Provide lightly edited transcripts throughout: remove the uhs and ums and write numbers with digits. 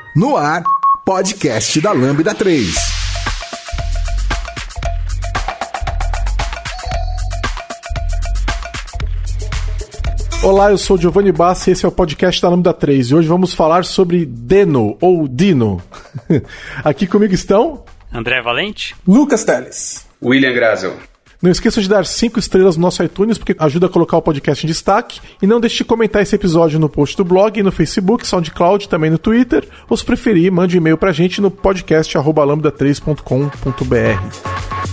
No ar, podcast da Lambda 3. Olá, eu sou o Giovanni Bassi e esse é o podcast da Lambda 3. E hoje vamos falar sobre Deno, ou Dino. Aqui comigo estão... André Valente, Lucas Teles, William Grazel. Não esqueça de dar 5 estrelas no nosso iTunes, porque ajuda a colocar o podcast em destaque. E não deixe de comentar esse episódio no post do blog, no Facebook, SoundCloud, também no Twitter. Ou se preferir, mande um e-mail pra gente no podcast@lambda3.com.br.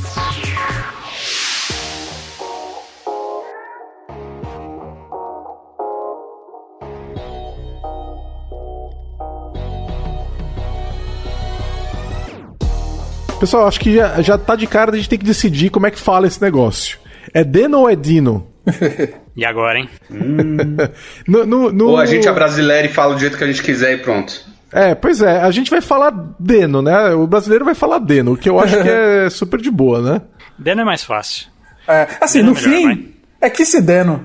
Pessoal, acho que já tá de cara, a gente tem que decidir como é que fala esse negócio. É Deno ou é Dino? E agora, hein? Ou a gente é brasileiro e fala do jeito que a gente quiser e pronto. Pois é, a gente vai falar Deno, né? O brasileiro vai falar Deno, o que eu acho que é super de boa, né? Deno é mais fácil. Assim, Deno no é melhor, fim, vai. é que se Deno.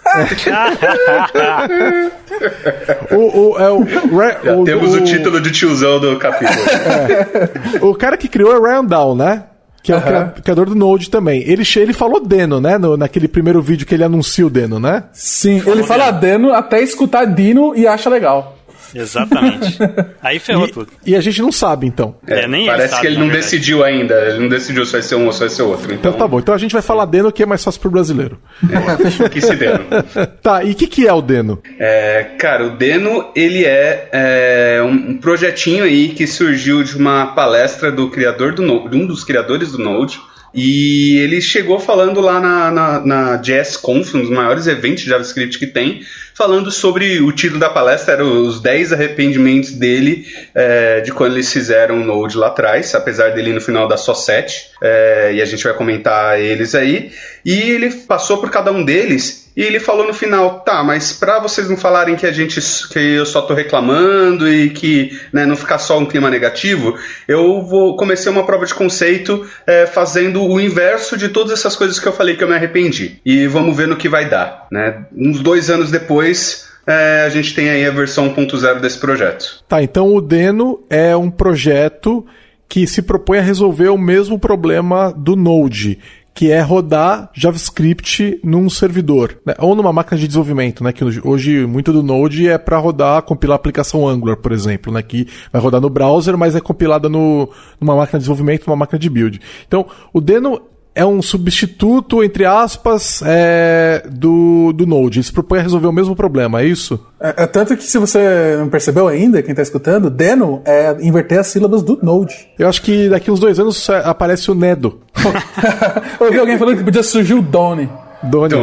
Já temos o título de tiozão do capítulo. O cara que criou é o Ryan Down, né? Que é o criador do Node também. Ele falou Deno, né? Naquele primeiro vídeo que ele anuncia o Deno, né? Sim, ele fala Deno até escutar Dino e acha legal. Exatamente. Aí ferrou tudo. E a gente não sabe, então. Nem Parece sabe, que ele na não verdade. decidiu ainda. Ele não decidiu se vai ser um ou se vai ser outro. Então tá bom. Então a gente vai falar Deno, que é mais fácil pro brasileiro. Que se deram. Tá, e o que é o Deno? Cara, o Deno, ele é um projetinho aí que surgiu de uma palestra do criador do Node, de um dos criadores do Node. E ele chegou falando lá na JSConf, um dos maiores eventos de JavaScript que tem, falando sobre o título da palestra, era os 10 arrependimentos dele de quando eles fizeram o Node lá atrás, apesar dele no final dar só 7, e a gente vai comentar eles aí. E ele passou por cada um deles e ele falou no final, tá, mas pra vocês não falarem que eu só tô reclamando e que, né, não ficar só um clima negativo, eu comecei uma prova de conceito fazendo o inverso de todas essas coisas que eu falei que eu me arrependi. E vamos ver no que vai dar, né? Uns 2 anos depois, a gente tem aí a versão 1.0 desse projeto. Tá, então o Deno é um projeto que se propõe a resolver o mesmo problema do Node, que é rodar JavaScript num servidor, né? Ou numa máquina de desenvolvimento, né? Que hoje muito do Node é para compilar a aplicação Angular, por exemplo, né? Que vai rodar no browser, mas é compilada numa máquina de desenvolvimento, numa máquina de build. Então, o Deno é um substituto, entre aspas, do Node. Ele se propõe a resolver o mesmo problema, é isso? Tanto que, se você não percebeu ainda, quem tá escutando, Deno é inverter as sílabas do Node. Eu acho que daqui uns 2 anos aparece o Nedo. Eu ouvi alguém falando que podia surgir o Doni. Doni.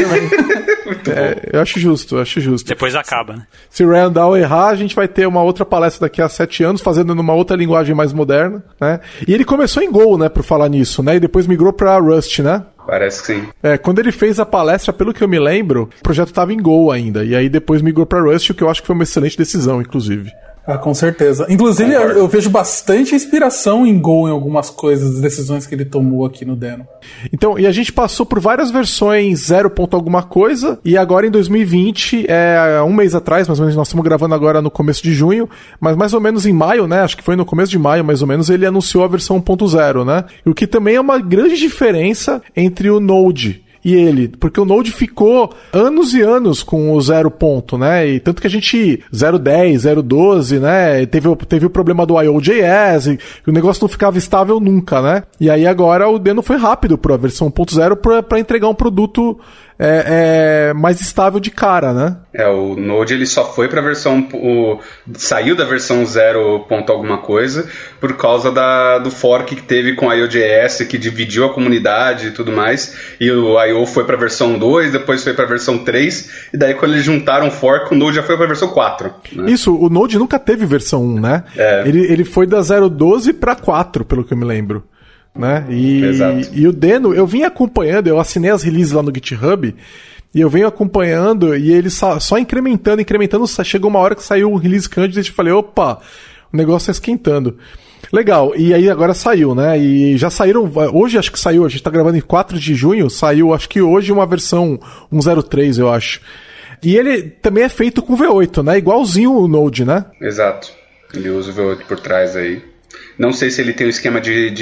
Eu acho justo. Depois acaba, né? Se o Randall errar, a gente vai ter uma outra palestra daqui a 7 anos, fazendo numa outra linguagem mais moderna, né? E ele começou em Go, né, por falar nisso, né? E depois migrou pra Rust, né? Parece que sim. Quando ele fez a palestra, pelo que eu me lembro, o projeto estava em Go ainda. E aí depois migrou pra Rust, o que eu acho que foi uma excelente decisão, inclusive. Com certeza. Inclusive, eu vejo bastante inspiração em Go em algumas coisas, decisões que ele tomou aqui no Deno. Então, e a gente passou por várias versões 0. alguma coisa, e agora em 2020, 1 mês atrás, mais ou menos, nós estamos gravando agora no começo de junho, mas mais ou menos em maio, né, acho que foi no começo de maio, mais ou menos, ele anunciou a versão 1.0, né, e o que também é uma grande diferença entre o Node e ele, porque o Node ficou anos e anos com o 0 ponto, né, e tanto que a gente 0.10, 0.12, né, teve o problema do IO.js, e o negócio não ficava estável nunca, né, e aí agora o Deno foi rápido para a versão 1.0 para entregar um produto mais estável de cara, né. O Node ele só foi para a versão... saiu da versão 0 ponto alguma coisa por causa do fork que teve com o IO.js, que dividiu a comunidade e tudo mais, e o IO foi para a versão 2, depois foi para a versão 3, e daí quando eles juntaram o fork, o Node já foi para a versão 4. Né? Isso, o Node nunca teve versão 1, né? Ele foi da 0.12 para 4, pelo que eu me lembro. Né? E o Deno, eu vim acompanhando, eu assinei as releases lá no GitHub, e eu venho acompanhando, e ele só incrementando, chegou uma hora que saiu o release candidate, eu falei, opa, o negócio tá esquentando. Legal, e aí agora saiu, né? E já saíram, hoje acho que saiu, a gente tá gravando em 4 de junho, saiu acho que hoje uma versão 1.03, eu acho. E ele também é feito com V8, né? Igualzinho o Node, né? Exato. Ele usa o V8 por trás aí. Não sei se ele tem o esquema de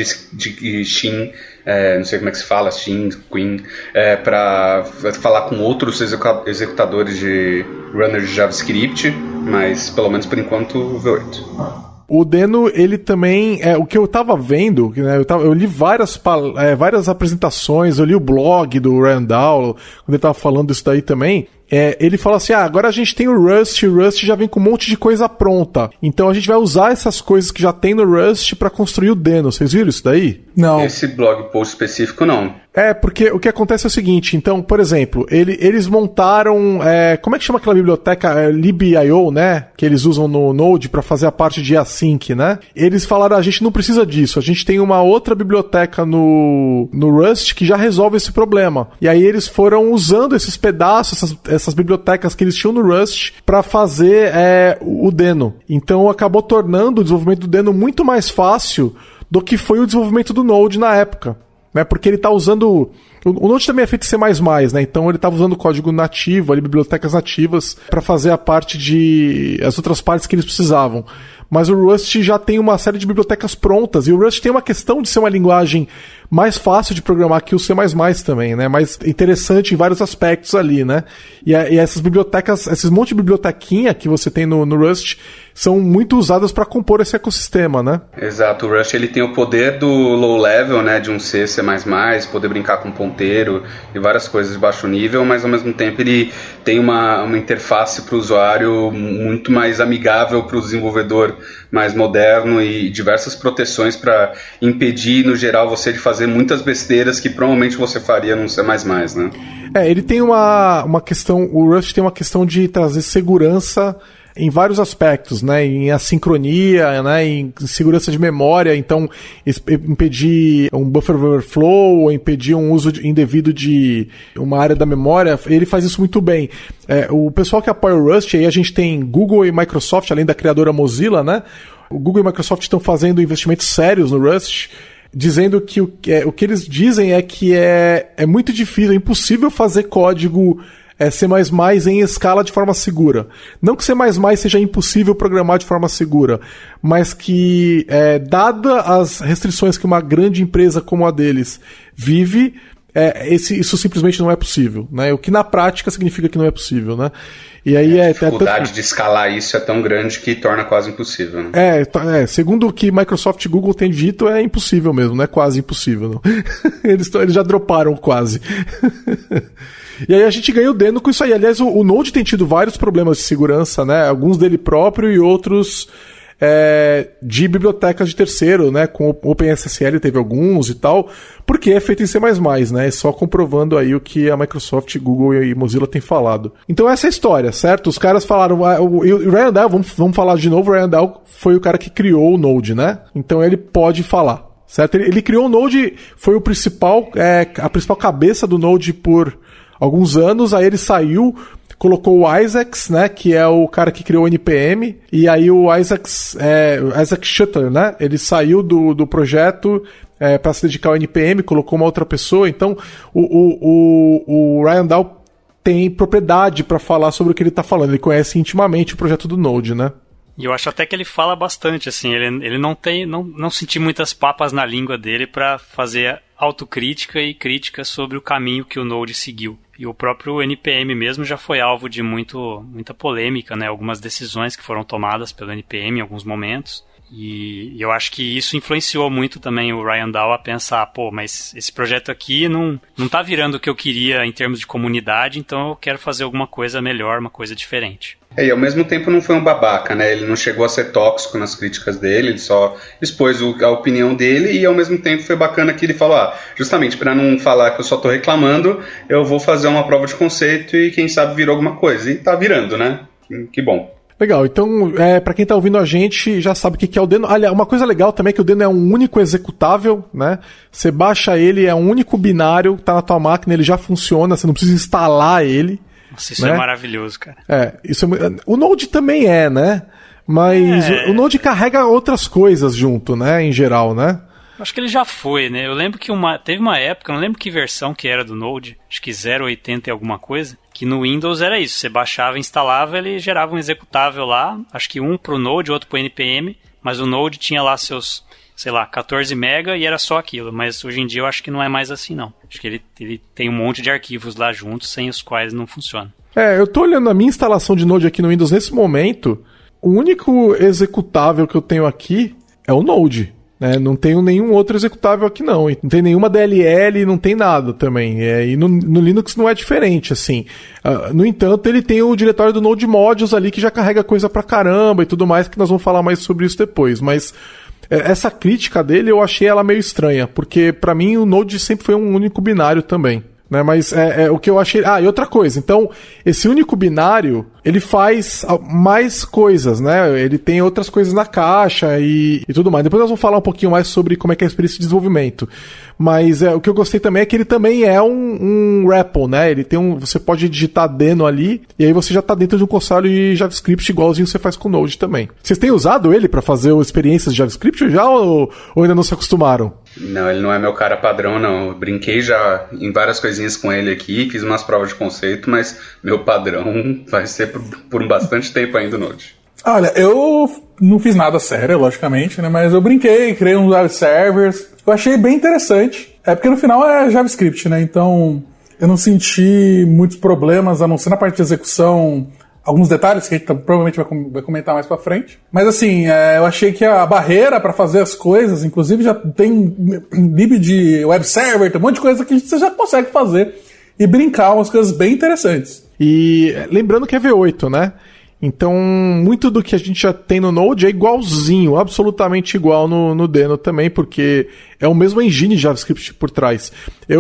Shin, não sei como é que se fala, Shin, Queen, para falar com outros executadores de runner de JavaScript, mas pelo menos por enquanto o V8. O Deno, ele também, o que eu tava vendo, né, eu li várias apresentações, eu li o blog do Ryan Dow, quando ele tava falando isso daí também. Ele fala assim, agora a gente tem o Rust já vem com um monte de coisa pronta. Então a gente vai usar essas coisas que já tem no Rust pra construir o Deno. Vocês viram isso daí? Não. Esse blog post específico, não. Porque o que acontece é o seguinte, então, por exemplo, eles montaram, como é que chama aquela biblioteca, lib.io, né, que eles usam no Node pra fazer a parte de async, né? Eles falaram, a gente não precisa disso, a gente tem uma outra biblioteca no Rust que já resolve esse problema. E aí eles foram usando esses pedaços, essas bibliotecas que eles tinham no Rust para fazer o Deno. Então acabou tornando o desenvolvimento do Deno muito mais fácil do que foi o desenvolvimento do Node na época. Né, porque ele está usando... O Node também é feito em C++, né? Então ele estava usando código nativo, ali, bibliotecas nativas, para fazer a parte as outras partes que eles precisavam. Mas o Rust já tem uma série de bibliotecas prontas, e o Rust tem uma questão de ser uma linguagem mais fácil de programar que o C++ também, né? Mais interessante em vários aspectos ali, né? E essas bibliotecas, esses monte de bibliotequinha que você tem no Rust, são muito usadas para compor esse ecossistema, né? Exato, o Rust ele tem o poder do low level, né, de um C++, poder brincar com ponteiro e várias coisas de baixo nível, mas ao mesmo tempo ele tem uma interface para o usuário muito mais amigável para o desenvolvedor mais moderno e diversas proteções para impedir, no geral, você de fazer muitas besteiras que provavelmente você faria num C++, né? Ele tem uma questão, o Rust tem uma questão de trazer segurança em vários aspectos, né? Em assincronia, né? Em segurança de memória, então impedir um buffer overflow ou impedir um uso indevido de uma área da memória, ele faz isso muito bem. O pessoal que apoia o Rust, aí a gente tem Google e Microsoft, além da criadora Mozilla, né? O Google e Microsoft estão fazendo investimentos sérios no Rust, dizendo que o que eles dizem é que é muito difícil, é impossível fazer código C++ em escala de forma segura. Não que C++ seja impossível programar de forma segura, mas que, dada as restrições que uma grande empresa como a deles vive, isso simplesmente não é possível, né? O que na prática significa que não é possível, né? E aí a dificuldade de escalar isso é tão grande que torna quase impossível, né? Segundo o que Microsoft e Google têm dito, é impossível mesmo, não é quase impossível, não. Eles já droparam quase. E aí a gente ganha o Deno com isso aí. Aliás, o Node tem tido vários problemas de segurança, né? Alguns dele próprio e outros de bibliotecas de terceiro, né? Com o OpenSSL teve alguns e tal, porque é feito em C++, né? Só comprovando aí o que a Microsoft, Google e Mozilla têm falado. Então essa é a história, certo? Os caras falaram... O Ryan Dow, vamos falar de novo, o Ryan Dow foi o cara que criou o Node, né? Então ele pode falar, certo? Ele criou o Node, foi a principal cabeça do Node por alguns anos, aí ele saiu, colocou o Isaacs, né, que é o cara que criou o NPM, e aí o Isaac Shutter, né, ele saiu do projeto para se dedicar ao NPM, colocou uma outra pessoa, então o Ryan Dow tem propriedade para falar sobre o que ele está falando, ele conhece intimamente o projeto do Node, né. E eu acho até que ele fala bastante, assim, ele não senti muitas papas na língua dele para fazer autocrítica e crítica sobre o caminho que o Node seguiu. E o próprio NPM mesmo já foi alvo de muita polêmica, né? Algumas decisões que foram tomadas pelo NPM em alguns momentos. E eu acho que isso influenciou muito também o Ryan Dow a pensar, mas esse projeto aqui não tá virando o que eu queria em termos de comunidade, então eu quero fazer alguma coisa melhor, uma coisa diferente. E ao mesmo tempo não foi um babaca, né? Ele não chegou a ser tóxico nas críticas dele, ele só expôs a opinião dele e ao mesmo tempo foi bacana que ele falou, justamente para não falar que eu só tô reclamando, eu vou fazer uma prova de conceito e quem sabe virou alguma coisa. E tá virando, né? Que bom. Legal, então, para quem tá ouvindo a gente, já sabe o que é o Deno. Aliás, uma coisa legal também é que o Deno é um único executável, né? Você baixa ele, é um único binário, tá na tua máquina, ele já funciona, você não precisa instalar ele. Nossa, isso é maravilhoso, cara. O Node também né? Mas o Node carrega outras coisas junto, né? Em geral, né? Acho que ele já foi, né? Eu lembro que teve uma época, não lembro que versão que era do Node, acho que 0.80 e alguma coisa, que no Windows era isso, você baixava, instalava, ele gerava um executável lá, acho que um pro Node, outro pro NPM, mas o Node tinha lá seus, sei lá, 14 mega e era só aquilo, mas hoje em dia eu acho que não é mais assim não. Acho que ele tem um monte de arquivos lá juntos, sem os quais não funciona. Eu tô olhando a minha instalação de Node aqui no Windows nesse momento, o único executável que eu tenho aqui é o Node. Não tenho nenhum outro executável aqui não. Não tem nenhuma DLL, não tem nada também. E no Linux não é diferente, assim. No entanto, ele tem o diretório do Node Modules ali que já carrega coisa pra caramba e tudo mais, que nós vamos falar mais sobre isso depois. Mas essa crítica dele eu achei ela meio estranha, porque pra mim o Node sempre foi um único binário também. Mas o que eu achei... e outra coisa. Então, esse único binário, ele faz mais coisas, né? Ele tem outras coisas na caixa e tudo mais. Depois nós vamos falar um pouquinho mais sobre como é que é a experiência de desenvolvimento. Mas o que eu gostei também é que ele também é um REPL, né? Ele tem você pode digitar Deno ali e aí você já tá dentro de um console de JavaScript igualzinho você faz com o Node também. Vocês têm usado ele para fazer experiências de JavaScript já ou ainda não se acostumaram? Não, ele não é meu cara padrão, não. Eu brinquei já em várias coisinhas com ele aqui, fiz umas provas de conceito, mas meu padrão vai ser por bastante tempo ainda o Node. Olha, eu não fiz nada sério, logicamente, né? Mas eu brinquei, criei uns web servers. Eu achei bem interessante. Porque no final é JavaScript, né? Então eu não senti muitos problemas, a não ser na parte de execução. Alguns detalhes que a gente provavelmente vai comentar mais pra frente. Mas assim, eu achei que a barreira pra fazer as coisas, inclusive já tem lib de web server, tem um monte de coisa que você já consegue fazer e brincar umas coisas bem interessantes. E lembrando que é V8, né? Então, muito do que a gente já tem no Node é igualzinho, absolutamente igual no Deno também, porque é o mesmo engine de JavaScript por trás.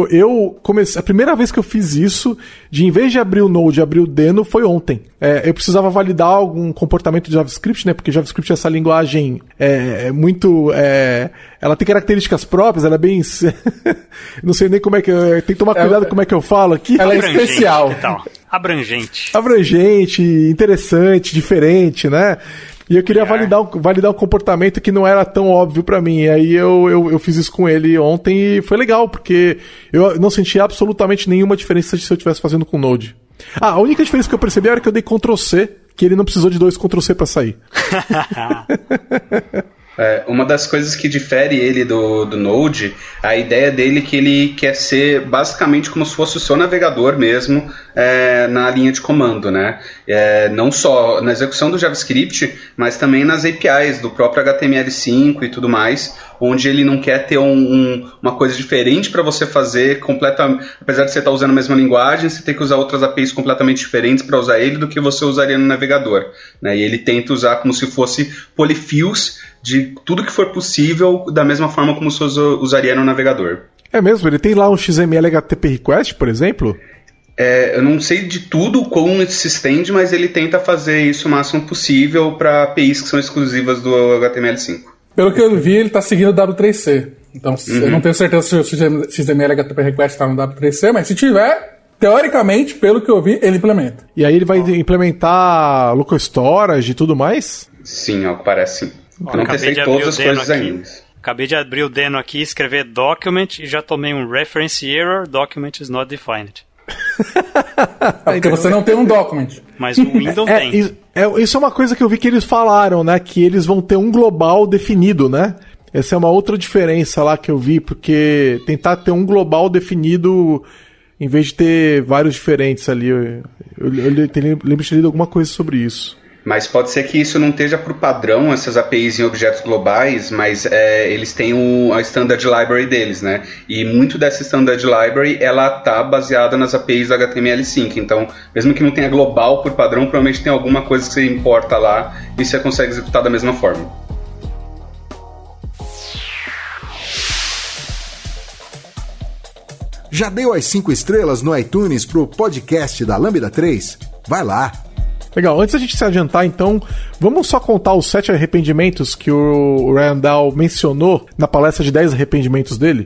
Eu comecei, a primeira vez que eu fiz isso, em vez de abrir o Node e abrir o Deno, foi ontem. Eu precisava validar algum comportamento de JavaScript, né? Porque JavaScript é essa linguagem muito... ela tem características próprias, ela é bem... não sei nem como é que... tem que tomar cuidado como é que eu falo aqui. Ela é especial. Então. Abrangente, interessante, diferente, né? E eu queria validar um comportamento que não era tão óbvio pra mim. E aí eu fiz isso com ele ontem e foi legal, porque eu não senti absolutamente nenhuma diferença se eu estivesse fazendo com o Node. A única diferença que eu percebi era que eu dei Ctrl+C, que ele não precisou de 2 Ctrl+C pra sair. Uma das coisas que difere ele do Node, a ideia dele é que ele quer ser basicamente como se fosse o seu navegador mesmo na linha de comando, né? Não só na execução do JavaScript, mas também nas APIs do próprio HTML5 e tudo mais, onde ele não quer ter uma coisa diferente para você fazer apesar de você estar usando a mesma linguagem, você tem que usar outras APIs completamente diferentes para usar ele do que você usaria no navegador, né? E ele tenta usar como se fosse polyfills de tudo que for possível, da mesma forma como você usaria no navegador. É mesmo? Ele tem lá um XML HTTP Request, por exemplo? Eu não sei de tudo como isso se estende, mas ele tenta fazer isso o máximo possível para APIs que são exclusivas do HTML5. Pelo que eu vi, ele está seguindo o W3C. Então, eu não tenho certeza se o XML HTTP Request está no W3C, mas se tiver, teoricamente, pelo que eu vi, ele implementa. E aí ele vai implementar local storage e tudo mais? Sim, ao que parece sim. Eu não testei todas as coisas ainda. Acabei de abrir o Deno aqui, escrever document e já tomei um reference error, document is not defined. Porque você não tem um document. Mas o Windows tem. Isso é uma coisa que eu vi que eles falaram, né? Que eles vão ter um global definido, né? Essa é uma outra diferença lá que eu vi, porque tentar ter um global definido em vez de ter vários diferentes ali. Eu lembro de ter lido alguma coisa sobre isso. Mas pode ser que isso não esteja por padrão, essas APIs em objetos globais, mas eles têm a Standard Library deles, né? E muito dessa Standard Library, ela está baseada nas APIs do HTML5. Então, mesmo que não tenha global por padrão, provavelmente tem alguma coisa que você importa lá e você consegue executar da mesma forma. Já deu as 5 estrelas no iTunes pro podcast da Lambda 3? Vai lá! Legal, antes da gente se adiantar, então, vamos só contar os 7 arrependimentos que o Ryan Dahl mencionou na palestra de 10 arrependimentos dele?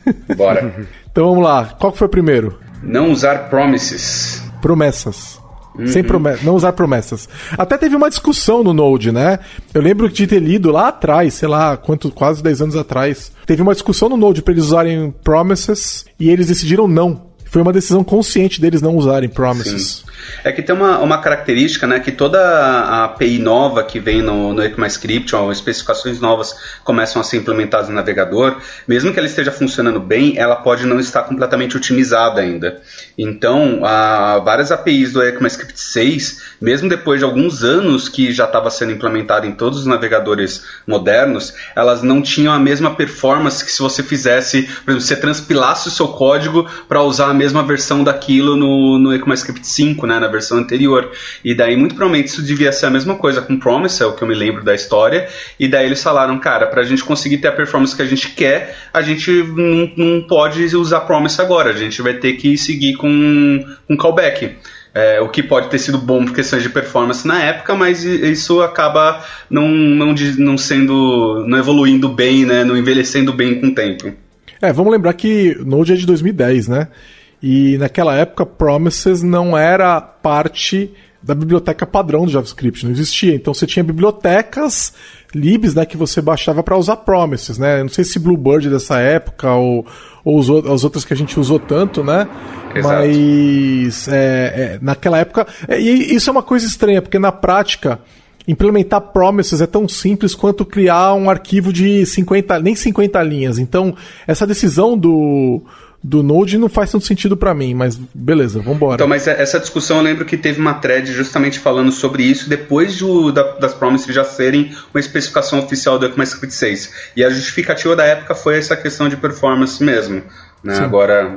Bora. Então vamos lá, qual que foi o primeiro? Não usar promises. Promessas. Sem não usar promessas. Até teve uma discussão no Node, né? Eu lembro de ter lido lá atrás, sei lá, quase 10 anos atrás. Teve uma discussão no Node para eles usarem promises e eles decidiram não. Foi uma decisão consciente deles não usarem promises. Sim. É que tem uma característica, né, que toda a API nova que vem no ECMAScript, ou especificações novas começam a ser implementadas no navegador, mesmo que ela esteja funcionando bem, ela pode não estar completamente otimizada ainda. Então, várias APIs do ECMAScript 6, mesmo depois de alguns anos que já estava sendo implementada em todos os navegadores modernos, elas não tinham a mesma performance que se você fizesse, por exemplo, você transpilasse o seu código para usar a mesma versão daquilo no ECMAScript 5, né, na versão anterior. E daí, muito provavelmente, isso devia ser a mesma coisa com Promise, é o que eu me lembro da história. E daí eles falaram, cara, pra gente conseguir ter a performance que a gente quer, a gente não pode usar Promise agora, a gente vai ter que seguir com callback. O que pode ter sido bom por questões de performance na época, mas isso acaba não evoluindo bem, né, não envelhecendo bem com o tempo. Vamos lembrar que Node é de 2010, né? E naquela época, Promises não era parte da biblioteca padrão do JavaScript, não existia. Então você tinha bibliotecas libs, né, que você baixava para usar Promises, né? Eu não sei se Bluebird dessa época ou as outras que a gente usou tanto, né? Exato. Mas naquela época... E isso é uma coisa estranha, porque na prática... Implementar promises é tão simples quanto criar um arquivo de 50 linhas. Então, essa decisão do Node não faz tanto sentido para mim, mas beleza, vamos embora. Então, mas essa discussão eu lembro que teve uma thread justamente falando sobre isso depois das promises já serem uma especificação oficial do ECMAScript 6. E a justificativa da época foi essa questão de performance mesmo. Né? Agora,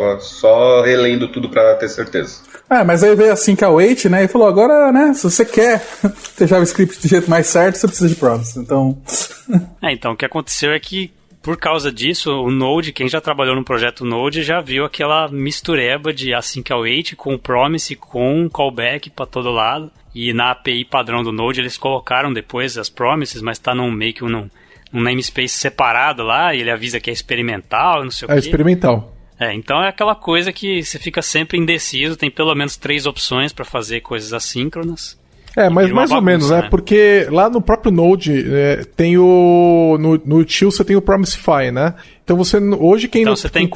só relendo tudo para ter certeza. Mas aí veio a Sync-Await, né, e falou, agora, né, se você quer ter JavaScript do jeito mais certo, você precisa de promise. Então... Então, o que aconteceu é que, por causa disso, o Node, quem já trabalhou no projeto Node, já viu aquela mistureba de Async-Await com promise, com callback para todo lado. E na API padrão do Node, eles colocaram depois as promises, mas está meio que um namespace separado lá, e ele avisa que é experimental, não sei o quê. É experimental. Então é aquela coisa que você fica sempre indeciso, tem pelo menos 3 opções para fazer coisas assíncronas. Mas mais ou menos, né? Porque lá no próprio Node tem no util você tem o Promisify, né? Então hoje quem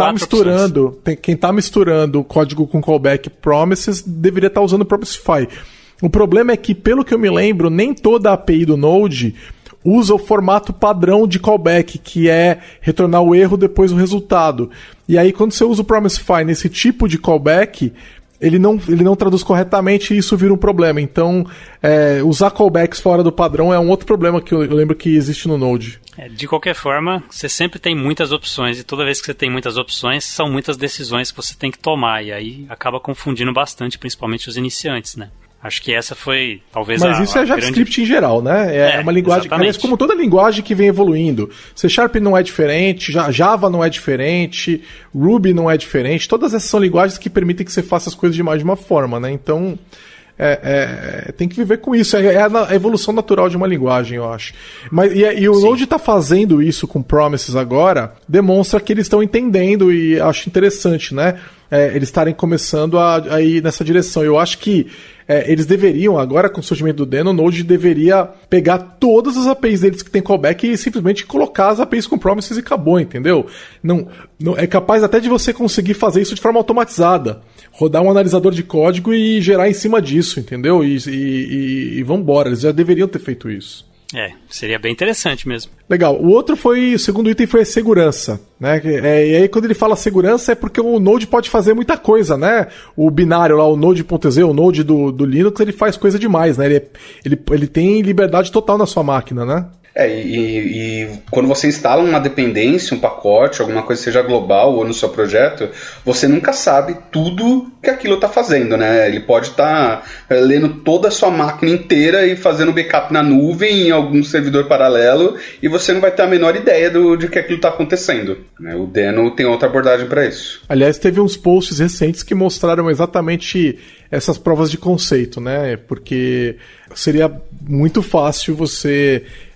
tá misturando o código com callback promises deveria estar usando o Promisify. O problema é que, pelo que eu me lembro, nem toda a API do Node usa o formato padrão de callback, que é retornar o erro depois o resultado. E aí, quando você usa o Promisify nesse tipo de callback, ele não traduz corretamente e isso vira um problema. Então, usar callbacks fora do padrão é um outro problema que eu lembro que existe no Node. De qualquer forma, você sempre tem muitas opções, e toda vez que você tem muitas opções, são muitas decisões que você tem que tomar, e aí acaba confundindo bastante, principalmente os iniciantes, né? Acho que essa foi, talvez, Mas isso é JavaScript em geral, né? É uma linguagem, aliás, como toda linguagem que vem evoluindo. C# não é diferente, Java não é diferente, Ruby não é diferente. Todas essas são linguagens que permitem que você faça as coisas de mais de uma forma, né? Então, tem que viver com isso. É a evolução natural de uma linguagem, eu acho. E o Node está fazendo isso com promises agora, demonstra que eles estão entendendo, e acho interessante, né? Eles estarem começando a ir nessa direção. Eu acho que eles deveriam, agora com o surgimento do Deno, o Node deveria pegar todas as APIs deles que tem callback e simplesmente colocar as APIs com promises e acabou, entendeu? Não, é capaz até de você conseguir fazer isso de forma automatizada. Rodar um analisador de código e gerar em cima disso, entendeu? E vambora, eles já deveriam ter feito isso. Seria bem interessante mesmo. Legal. O segundo item foi a segurança, né? E aí quando ele fala segurança é porque o Node pode fazer muita coisa, né? O binário lá, o Node.z, o Node do Linux, ele faz coisa demais, né? Ele tem liberdade total na sua máquina, né? E quando você instala uma dependência, um pacote, alguma coisa seja global ou no seu projeto, você nunca sabe tudo que aquilo está fazendo, né? Ele pode estar lendo toda a sua máquina inteira e fazendo backup na nuvem em algum servidor paralelo e você não vai ter a menor ideia de que aquilo está acontecendo, né? O Deno tem outra abordagem para isso. Aliás, teve uns posts recentes que mostraram exatamente essas provas de conceito, né? Porque seria muito fácil você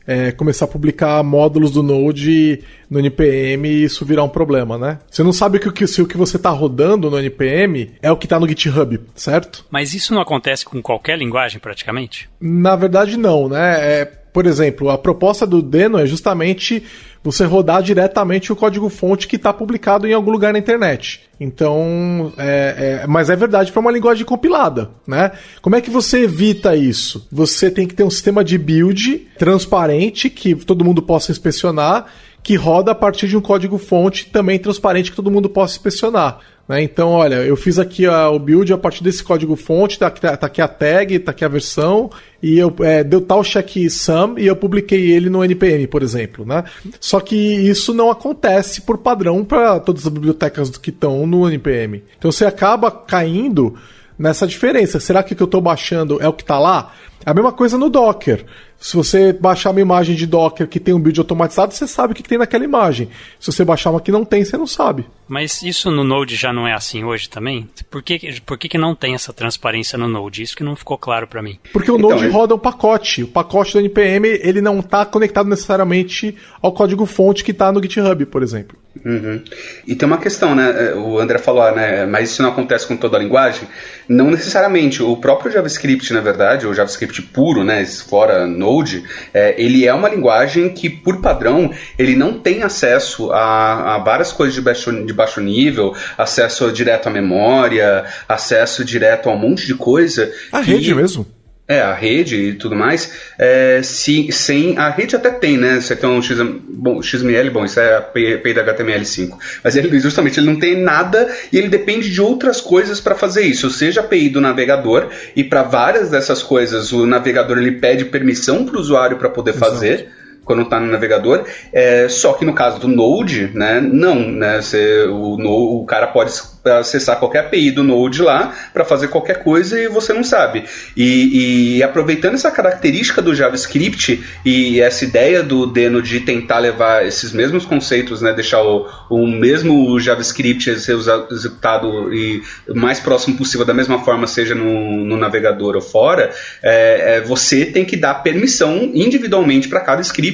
começar a publicar módulos do Node no NPM e isso virar um problema, né? Você não sabe se o que você está rodando no NPM é o que está no GitHub, certo? Mas isso não acontece com qualquer linguagem, praticamente? Na verdade, não, né? Por exemplo, a proposta do Deno é justamente você rodar diretamente o código-fonte que está publicado em algum lugar na internet. Então, mas é verdade para uma linguagem compilada, né? Como é que você evita isso? Você tem que ter um sistema de build transparente que todo mundo possa inspecionar, que roda a partir de um código-fonte também transparente que todo mundo possa inspecionar. Né? Então, olha, eu fiz aqui o build a partir desse código-fonte, tá aqui a tag, tá aqui a versão, e deu tal checksum e eu publiquei ele no NPM, por exemplo. Né? Só que isso não acontece por padrão para todas as bibliotecas que estão no NPM. Então você acaba caindo nessa diferença. Será que o que eu estou baixando é o que está lá? A mesma coisa no Docker. Se você baixar uma imagem de Docker que tem um build automatizado, você sabe o que tem naquela imagem. Se você baixar uma que não tem, você não sabe. Mas isso no Node já não é assim hoje também? Por que não tem essa transparência no Node? Isso que não ficou claro para mim. Porque o Node roda um pacote. O pacote do NPM ele não está conectado necessariamente ao código-fonte que está no GitHub, por exemplo. Uhum. E tem uma questão, né? O André falou, né? Mas isso não acontece com toda a linguagem? Não necessariamente. O próprio JavaScript, na verdade, o JavaScript puro, né? Fora Node, ele é uma linguagem que, por padrão, ele não tem acesso a várias coisas de baixo nível, acesso direto à memória, acesso direto a um monte de coisa. A rede mesmo. A rede e tudo mais, sem a rede até tem, né? Você tem um XML, isso é a API da HTML5, mas ele justamente não tem nada e ele depende de outras coisas para fazer isso, seja a API do navegador, e para várias dessas coisas o navegador ele pede permissão para o usuário para poder fazer. Quando está no navegador, só que no caso do Node, né, não, né, o cara pode acessar qualquer API do Node lá para fazer qualquer coisa e você não sabe. E aproveitando essa característica do JavaScript e essa ideia do Deno de tentar levar esses mesmos conceitos, né, deixar o mesmo JavaScript ser executado e o mais próximo possível da mesma forma, seja no navegador ou fora, você tem que dar permissão individualmente para cada script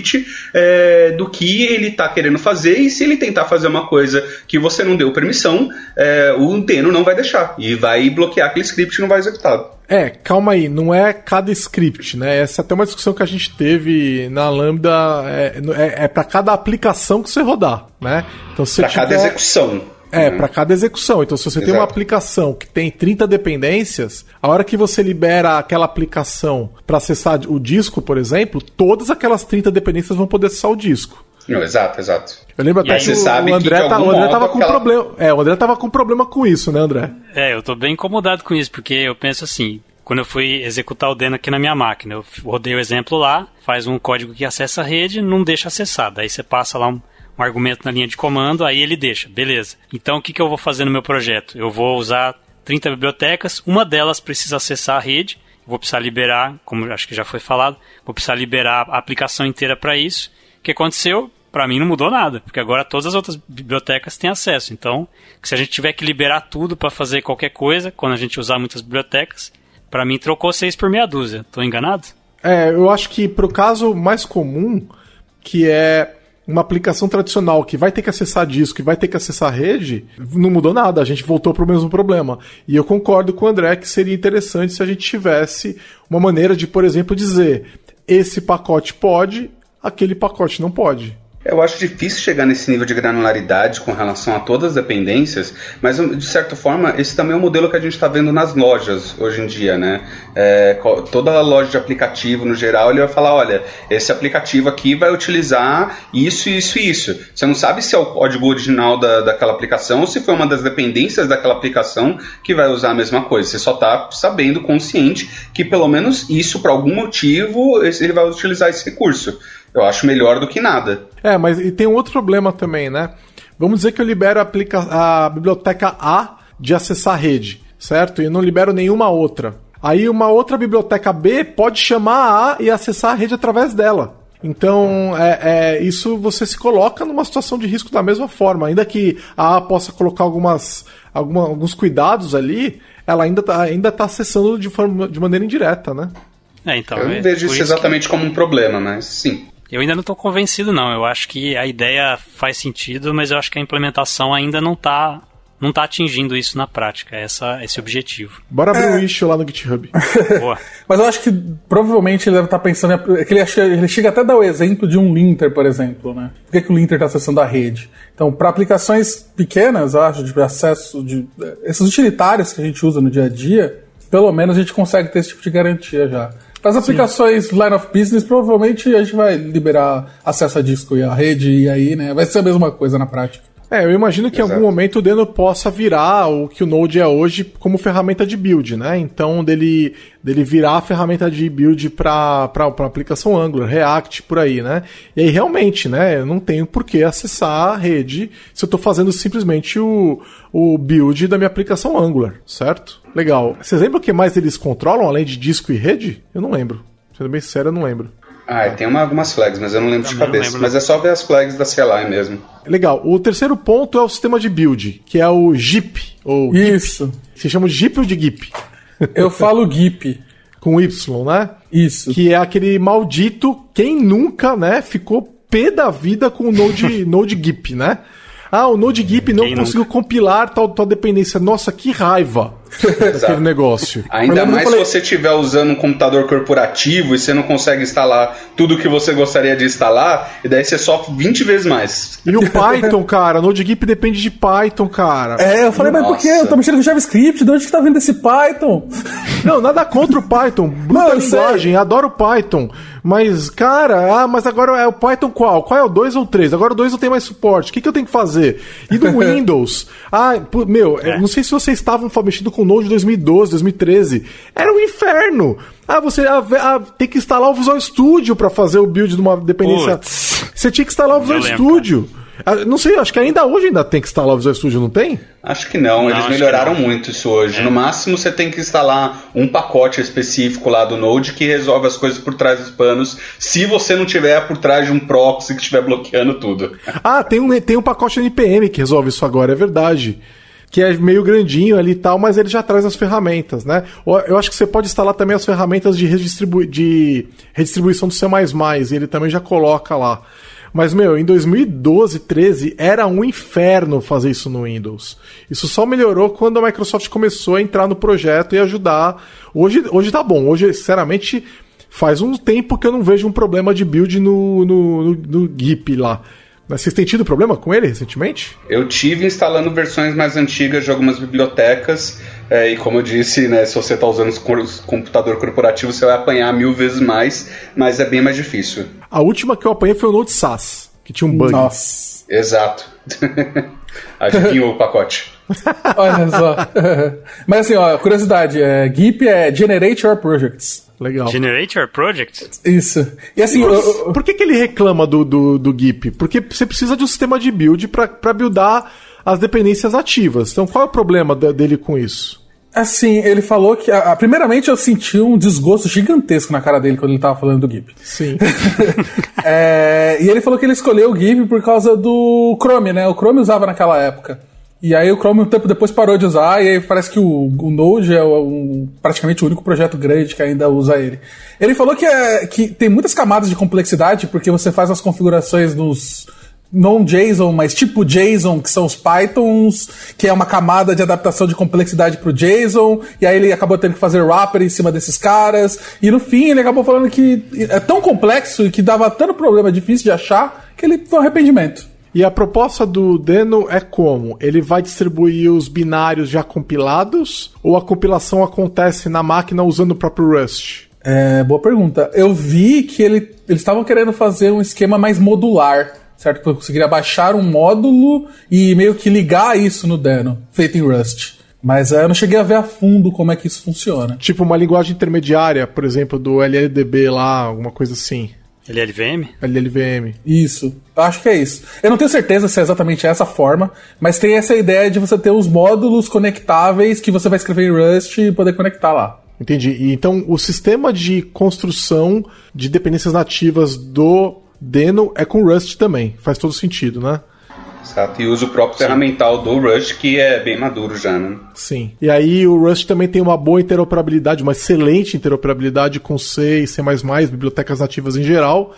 do que ele está querendo fazer, e se ele tentar fazer uma coisa que você não deu permissão, o Deno não vai deixar e vai bloquear aquele script e não vai executar. Calma aí, não é cada script, né? Essa é até uma discussão que a gente teve na Lambda, para cada aplicação que você rodar, né? Então, para cada execução. Para cada execução. Então, se você tem uma aplicação que tem 30 dependências, a hora que você libera aquela aplicação para acessar o disco, por exemplo, todas aquelas 30 dependências vão poder acessar o disco. Não, exato. Eu lembro até que o André tava com problema. O André tava com problema com isso, né, André? Eu tô bem incomodado com isso, porque eu penso assim, quando eu fui executar o Deno aqui na minha máquina, eu rodei o exemplo lá, faz um código que acessa a rede, não deixa acessar. Daí você passa lá um argumento na linha de comando, aí ele deixa, beleza. Então o que eu vou fazer no meu projeto? Eu vou usar 30 bibliotecas, uma delas precisa acessar a rede, vou precisar liberar, como acho que já foi falado, vou precisar liberar a aplicação inteira para isso. O que aconteceu? Para mim não mudou nada, porque agora todas as outras bibliotecas têm acesso. Então, se a gente tiver que liberar tudo para fazer qualquer coisa, quando a gente usar muitas bibliotecas, para mim trocou 6 por meia dúzia. Tô enganado? Eu acho que pro caso mais comum, que é uma aplicação tradicional que vai ter que acessar disco, que vai ter que acessar rede, não mudou nada, a gente voltou para o mesmo problema. E eu concordo com o André que seria interessante se a gente tivesse uma maneira de, por exemplo, dizer esse pacote pode, aquele pacote não pode. Eu acho difícil chegar nesse nível de granularidade com relação a todas as dependências, mas de certa forma esse também é o modelo que a gente está vendo nas lojas hoje em dia, né? Toda loja de aplicativo no geral ele vai falar, olha, esse aplicativo aqui vai utilizar isso, isso e isso. Você não sabe se é o código original daquela aplicação ou se foi uma das dependências daquela aplicação que vai usar a mesma coisa. Você só está sabendo, consciente, que pelo menos isso, por algum motivo, ele vai utilizar esse recurso. Eu acho melhor do que nada. Mas e tem um outro problema também, né? Vamos dizer que eu libero a biblioteca A de acessar a rede, certo? E eu não libero nenhuma outra. Aí uma outra biblioteca B pode chamar a A e acessar a rede através dela. Então, isso você se coloca numa situação de risco da mesma forma. Ainda que a A possa colocar alguns cuidados ali, ela ainda tá acessando de maneira indireta, né? Então, eu não vejo isso exatamente como um problema, mas sim. Eu ainda não estou convencido, não. Eu acho que a ideia faz sentido, mas eu acho que a implementação ainda não tá atingindo isso na prática, esse objetivo. Bora abrir o issue lá no GitHub. Boa. Mas eu acho que provavelmente ele deve estar pensando... que ele chega até a dar o exemplo de um linter, por exemplo, né? Por que o linter está acessando a rede? Então, para aplicações pequenas, eu acho, de acesso... esses utilitários que a gente usa no dia a dia, pelo menos a gente consegue ter esse tipo de garantia já. Para as aplicações line of business, provavelmente a gente vai liberar acesso a disco e a rede, e aí, né? Vai ser a mesma coisa na prática. Eu imagino que em algum momento o Deno possa virar o que o Node é hoje como ferramenta de build, né? Então, dele virar a ferramenta de build para aplicação Angular, React, por aí, né? E aí, realmente, né? Eu não tenho por que acessar a rede se eu estou fazendo simplesmente o build da minha aplicação Angular, certo? Legal. Vocês lembram o que mais eles controlam, além de disco e rede? Eu não lembro. Sendo bem sincero, eu não lembro. Tem algumas flags, mas eu não lembro de cabeça. Mas é só ver as flags da CLI mesmo. Legal. O terceiro ponto é o sistema de build, que é o GIP. Ou isso. GIP. Você chama de GIP ou de GIP? Eu falo GIP. Com Y, né? Isso. Que é aquele maldito, quem nunca, né, ficou pé da vida com o Node GIP, né? O Node GIP não conseguiu compilar tal dependência. Nossa, que raiva aquele negócio. Ainda mais se você estiver usando um computador corporativo e você não consegue instalar tudo o que você gostaria de instalar, e daí você sofre 20 vezes mais. E o Python, cara, Node GIP depende de Python, cara. Eu falei, mas por que? Eu tô mexendo com JavaScript, de onde que tá vindo esse Python? Não, nada contra o Python. Bruta linguagem, adoro o Python. Mas, cara, mas agora é o Python qual? Qual é o 2 ou 3? Agora o 2 não tem mais suporte. O que eu tenho que fazer? E do Windows? Eu não sei se vocês estavam mexendo com o Node 2012, 2013. Era um inferno. Você tem que instalar o Visual Studio para fazer o build de uma dependência. Você tinha que instalar o Visual Studio. Não sei, acho que hoje tem que instalar o Visual Studio, não tem? Acho que não, eles melhoraram muito isso hoje. No máximo você tem que instalar um pacote específico lá do Node que resolve as coisas por trás dos panos, se você não tiver por trás de um proxy que estiver bloqueando tudo. Tem um pacote NPM que resolve isso agora, é verdade. Que é meio grandinho ali e tal, mas ele já traz as ferramentas, né? Eu acho que você pode instalar também as ferramentas de redistribuição do C++, e ele também já coloca lá. Mas, em 2012, 13, era um inferno fazer isso no Windows. Isso só melhorou quando a Microsoft começou a entrar no projeto e ajudar. Hoje tá bom. Hoje, sinceramente, faz um tempo que eu não vejo um problema de build no GIP lá. Mas vocês têm tido problema com ele recentemente? Eu tive instalando versões mais antigas de algumas bibliotecas, e como eu disse, né, se você está usando computador corporativo, você vai apanhar 1000 vezes mais, mas é bem mais difícil. A última que eu apanhei foi o Node SAS, que tinha um bug. Nossa. Exato. Adivinhou o pacote. Olha só. Mas assim, curiosidade, GIP é Generate Your Projects. Legal. Generate Your Project? Isso. E assim, por que ele reclama do GIP? Porque você precisa de um sistema de build para buildar as dependências ativas. Então, qual é o problema dele com isso? Assim, ele falou que... primeiramente, eu senti um desgosto gigantesco na cara dele quando ele tava falando do GIP. Sim. E ele falou que ele escolheu o GIP por causa do Chrome, né? O Chrome usava naquela época. E aí o Chrome um tempo depois parou de usar, e aí parece que o Node é praticamente o único projeto grande que ainda usa ele. Ele falou que tem muitas camadas de complexidade, porque você faz as configurações nos non-JSON, mas tipo JSON, que são os Pythons, que é uma camada de adaptação de complexidade pro JSON, e aí ele acabou tendo que fazer wrapper em cima desses caras, e no fim ele acabou falando que é tão complexo e que dava tanto problema difícil de achar, que ele foi um arrependimento. E a proposta do Deno é como? Ele vai distribuir os binários já compilados, ou a compilação acontece na máquina usando o próprio Rust? Boa pergunta. Eu vi que eles estavam querendo fazer um esquema mais modular, certo? Que eu conseguiria baixar um módulo e meio que ligar isso no Deno, feito em Rust. Mas eu não cheguei a ver a fundo como é que isso funciona. Tipo uma linguagem intermediária, por exemplo, do LLDB lá, alguma coisa assim. LLVM? LLVM. Isso, eu acho que é isso. Eu não tenho certeza se é exatamente essa forma, mas tem essa ideia de você ter os módulos conectáveis que você vai escrever em Rust e poder conectar lá. Entendi. E então o sistema de construção de dependências nativas do Deno é com Rust também. Faz todo sentido, né? Exato, e usa o próprio ferramental do Rust, que é bem maduro já, né? Sim. E aí o Rust também tem uma boa interoperabilidade, uma excelente interoperabilidade com C e C++, bibliotecas nativas em geral,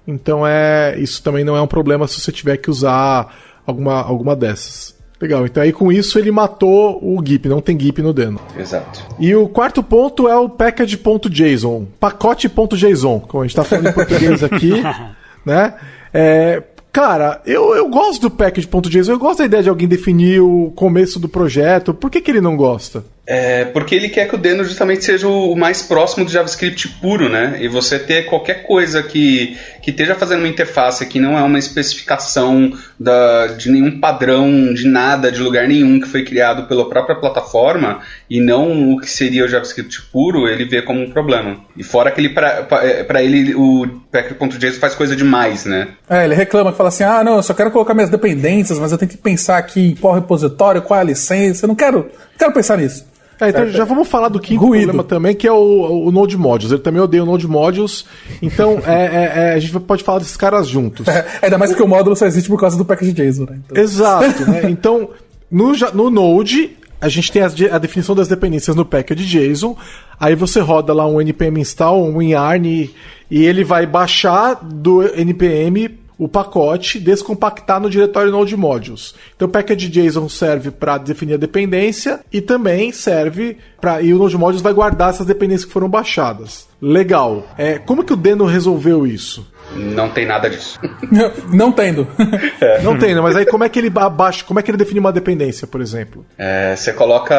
Então isso também não é um problema se você tiver que usar alguma dessas. Legal, então aí com isso ele matou o GIP, não tem GIP no Deno. Exato. E o quarto ponto é o package.json, pacote.json, como a gente tá falando em português aqui, né? Cara, eu gosto do package.json, eu gosto da ideia de alguém definir o começo do projeto. Por que ele não gosta? Porque ele quer que o Deno justamente seja o mais próximo do JavaScript puro, né? E você ter qualquer coisa que esteja fazendo uma interface que não é uma especificação de nenhum padrão, de nada, de lugar nenhum que foi criado pela própria plataforma e não o que seria o JavaScript puro, ele vê como um problema. E fora que para ele o package.json faz coisa demais, né? Ele reclama, que fala assim, não, eu só quero colocar minhas dependências, mas eu tenho que pensar aqui em qual repositório, qual é a licença, eu não quero pensar nisso. Então já vamos falar do quinto problema também, que é o Node Modules. Ele também odeia o Node Modules, então a gente pode falar desses caras juntos. Ainda mais porque o módulo só existe por causa do package.json, né? Então... Exato, né? Então, no Node, a gente tem a definição das dependências no package.json, aí você roda lá um npm install, um yarn, e ele vai baixar do npm o pacote, descompactar no diretório Node Modules. Então o package.json serve para definir a dependência e também serve e o Node Modules vai guardar essas dependências que foram baixadas. Legal. Como que o Deno resolveu isso? Não tem nada disso. Não tendo. Não tendo, mas aí como é que ele abaixa, como é que ele define uma dependência, por exemplo? Você coloca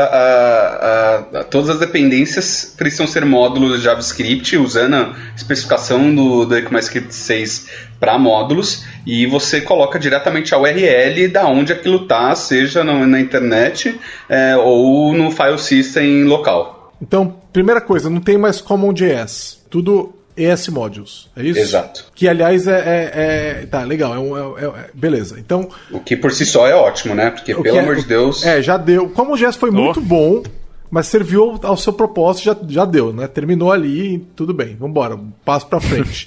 todas as dependências precisam ser módulos de JavaScript, usando a especificação do ECMAScript 6 para módulos, e você coloca diretamente a URL da onde aquilo está, seja na internet ou no file system local. Então, primeira coisa, não tem mais CommonJS. Tudo ES Modules, é isso? Exato. Que, aliás, tá, legal, beleza. Então, o que por si só é ótimo, né? Porque, pelo amor de Deus... já deu. CommonJS foi muito bom, mas serviu ao seu propósito, já deu, né? Terminou ali, tudo bem, vambora, passo pra frente.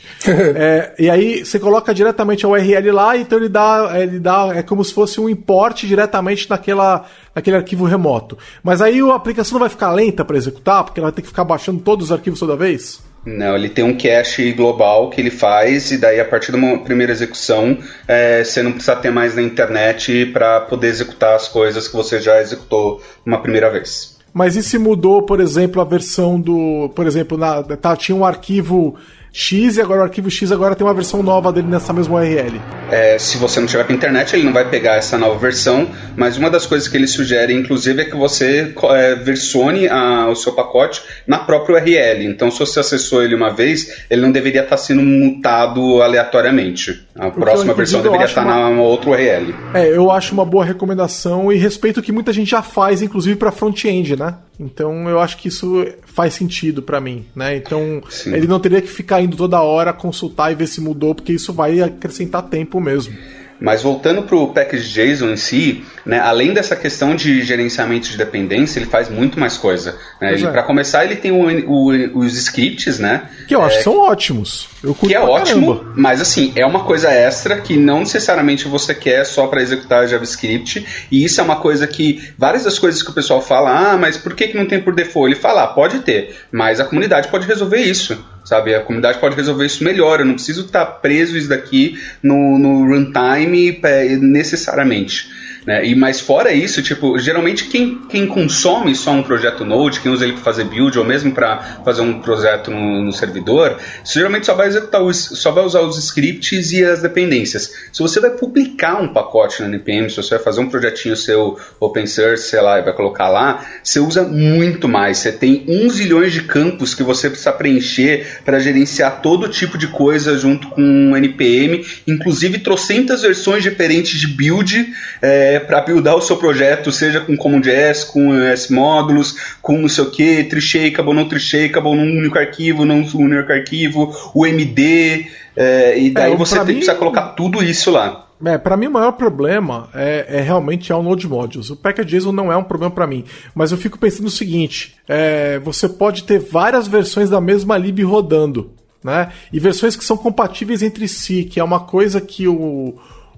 E aí, você coloca diretamente a URL lá, então ele dá é como se fosse um import diretamente naquele arquivo remoto. Mas aí a aplicação não vai ficar lenta para executar, porque ela vai ter que ficar baixando todos os arquivos toda vez? Não, ele tem um cache global que ele faz, e daí a partir de uma primeira execução você não precisa ter mais na internet para poder executar as coisas que você já executou uma primeira vez. Mas e se mudou, por exemplo, a versão do... Por exemplo, tinha um arquivo X e agora o arquivo X agora tem uma versão nova dele nessa mesma URL? Se você não tiver com internet, ele não vai pegar essa nova versão, mas uma das coisas que ele sugere, inclusive, é que você versione o seu pacote na própria URL. Então, se você acessou ele uma vez, ele não deveria estar sendo mutado aleatoriamente. A próxima versão deveria estar na outra URL. Eu acho uma boa recomendação e respeito o que muita gente já faz, inclusive para front-end, né? Então eu acho que isso faz sentido para mim, né? Então sim, ele não teria que ficar indo toda hora consultar e ver se mudou, porque isso vai acrescentar tempo mesmo. Mas voltando para o package.json em si, né, além dessa questão de gerenciamento de dependência, ele faz muito mais coisa. Né? Para começar, ele tem os scripts, né? Que eu acho que são ótimos. Que é ótimo, mas assim, é uma coisa extra que não necessariamente você quer só para executar JavaScript, e isso é uma coisa que, várias das coisas que o pessoal fala, mas por que não tem por default? Ele fala, pode ter, mas a comunidade pode resolver isso. Sabe, a comunidade pode resolver isso melhor. Eu não preciso estar preso isso daqui no runtime necessariamente. Né? Mas fora isso, tipo, geralmente quem consome só um projeto Node, quem usa ele para fazer build ou mesmo para fazer um projeto no servidor, geralmente só vai usar os scripts e as dependências. Se você vai publicar um pacote na NPM, se você vai fazer um projetinho seu open source, sei lá, e vai colocar lá, você usa muito mais. Você tem 1 zilhão de campos que você precisa preencher para gerenciar todo tipo de coisa junto com o NPM, inclusive trocentas versões diferentes de build para buildar o seu projeto, seja com CommonJS, com ES Módulos, com não sei o que, tree-shakeable, não tree-shakeable, num único arquivo, não num único arquivo, o MD, e daí você precisa colocar tudo isso lá. Para mim o maior problema é realmente o Node Modules. O package.json não é um problema para mim, mas eu fico pensando no seguinte, você pode ter várias versões da mesma lib rodando, né? E versões que são compatíveis entre si, que é uma coisa que o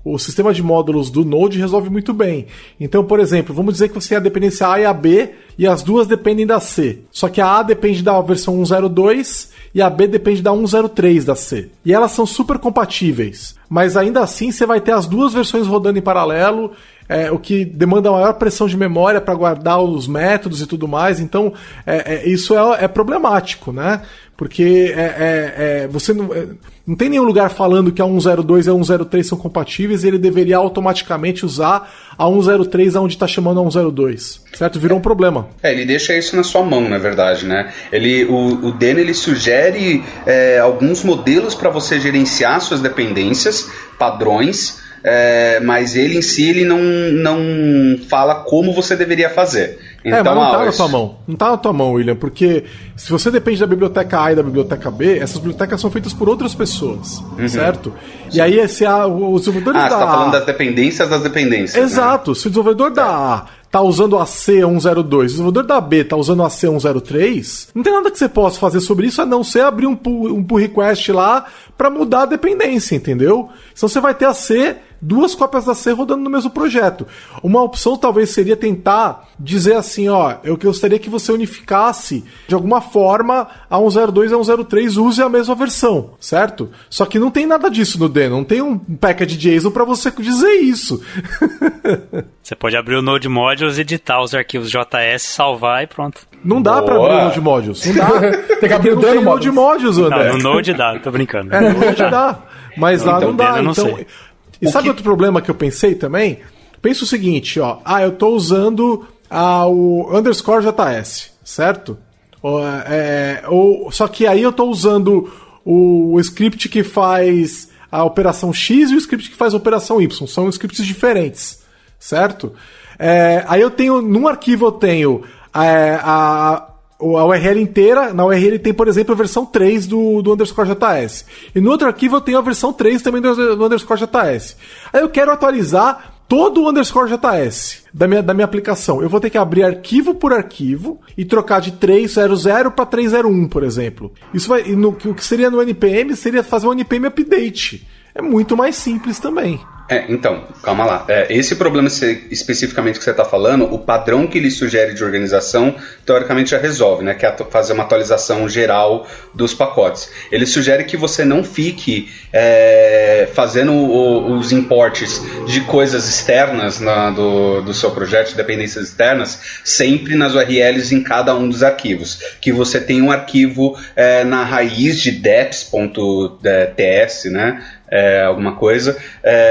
o sistema de módulos do Node resolve muito bem. Então, por exemplo, vamos dizer que você tem a dependência A e a B, e as duas dependem da C. Só que a A depende da versão 1.02 e a B depende da 1.03 da C. E elas são super compatíveis. Mas ainda assim, você vai ter as duas versões rodando em paralelo, o que demanda maior pressão de memória para guardar os métodos e tudo mais. Então, isso é problemático, né? Porque você não tem nenhum lugar falando que a 1.02 e a 1.03 são compatíveis e ele deveria automaticamente usar a 1.03 onde está chamando a 1.02, certo? Virou um problema. Ele deixa isso na sua mão, na verdade, né? O Deno, ele sugere alguns modelos para você gerenciar suas dependências, padrões, mas ele em si ele não fala como você deveria fazer. Então, mas não tá na tua mão. Não tá na tua mão, William, porque se você depende da biblioteca A e da biblioteca B, essas bibliotecas são feitas por outras pessoas, certo? Sim. E aí os desenvolvedores da você tá falando das dependências. Exato. Né? Se o desenvolvedor da A tá usando a C102, o desenvolvedor da B tá usando a C103, não tem nada que você possa fazer sobre isso a não ser abrir um pull request lá para mudar a dependência, entendeu? Então você vai ter a C, duas cópias da C rodando no mesmo projeto. Uma opção talvez seria tentar dizer assim, eu gostaria que você unificasse de alguma forma a 1.02 e a 1.03 use a mesma versão, certo? Só que não tem nada disso no Deno, não tem um package JSON para você dizer isso. Você pode abrir o Node Modules, editar os arquivos JS, salvar e pronto. Não dá pra abrir o Node Modules. Não dá. Tem que abrir o Deno Node Modules, André. Não, no Node dá, tô brincando. No Node dá, mas lá não dá. Não então, sei. E sabe outro problema que eu pensei também? Pensa o seguinte, eu tô usando o underscore JS, certo? Só que aí eu tô usando o script que faz a operação X e o script que faz a operação Y. São scripts diferentes, certo? Aí eu tenho, num arquivo eu tenho a URL inteira. Na URL tem, por exemplo, a versão 3 do underscore JS. E no outro arquivo eu tenho a versão 3 também do underscore JS. Aí eu quero atualizar todo o underscore JS da minha aplicação. Eu vou ter que abrir arquivo por arquivo e trocar de 300 para 301, por exemplo. Isso vai, o que seria no NPM seria fazer um NPM update. É muito mais simples também. Então, calma lá. Esse problema especificamente que você está falando, o padrão que ele sugere de organização, teoricamente já resolve, né? Que é fazer uma atualização geral dos pacotes. Ele sugere que você não fique fazendo os imports de coisas externas do seu projeto, de dependências externas, sempre nas URLs em cada um dos arquivos. Que você tem um arquivo na raiz de deps.ts, né? Alguma coisa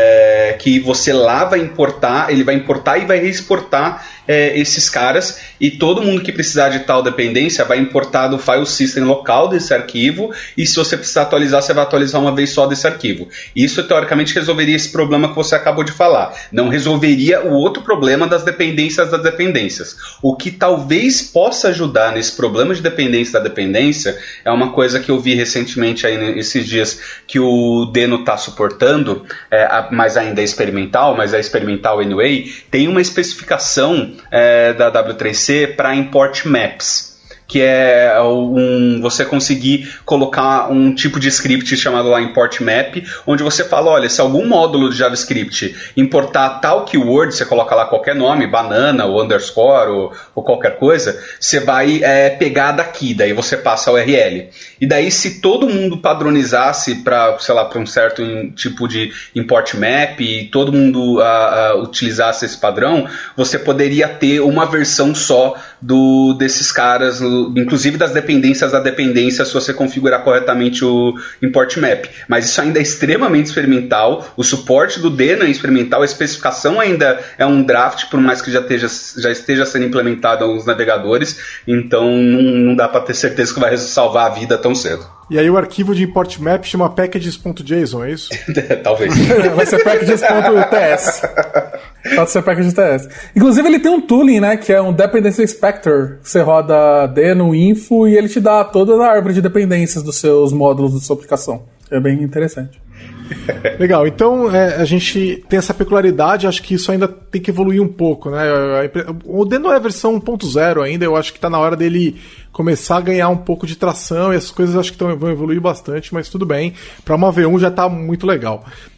que você lá vai importar, ele vai importar e vai reexportar esses caras, e todo mundo que precisar de tal dependência vai importar do file system local desse arquivo, e se você precisar atualizar, você vai atualizar uma vez só desse arquivo. Isso teoricamente resolveria esse problema que você acabou de falar, não resolveria o outro problema das dependências das dependências. O que talvez possa ajudar nesse problema de dependência da dependência é uma coisa que eu vi recentemente aí nesses dias que o Deno está suportando, mas ainda é experimental, mas é experimental anyway. Tem uma especificação da W3C para import maps, que é você conseguir colocar um tipo de script chamado lá import map, onde você fala, olha, se algum módulo de JavaScript importar tal keyword, você coloca lá qualquer nome, banana, ou underscore, ou qualquer coisa, você vai pegar daqui, daí você passa a URL. E daí, se todo mundo padronizasse para, sei lá, para um certo tipo de import map, e todo mundo utilizasse esse padrão, você poderia ter uma versão só desses caras, inclusive das dependências da dependência, se você configurar corretamente o import map. Mas isso ainda é extremamente experimental, o suporte do Deno é experimental, a especificação ainda é um draft, por mais que já esteja sendo implementado em alguns navegadores, então não dá para ter certeza que vai salvar a vida tão cedo. E aí o arquivo de import map chama packages.json, é isso? Talvez. Vai ser packages.ts. Pode ser packages.ts. Inclusive ele tem um tooling, né, que é um Dependency Inspector. Você roda Deno, info, e ele te dá toda a árvore de dependências dos seus módulos da sua aplicação. É bem interessante. Legal, então a gente tem essa peculiaridade, acho que isso ainda tem que evoluir um pouco, né? O Deno é a versão 1.0 ainda, eu acho que está na hora dele começar a ganhar um pouco de tração, e essas coisas acho que vão evoluir bastante, mas tudo bem, para uma V1 já está muito legal.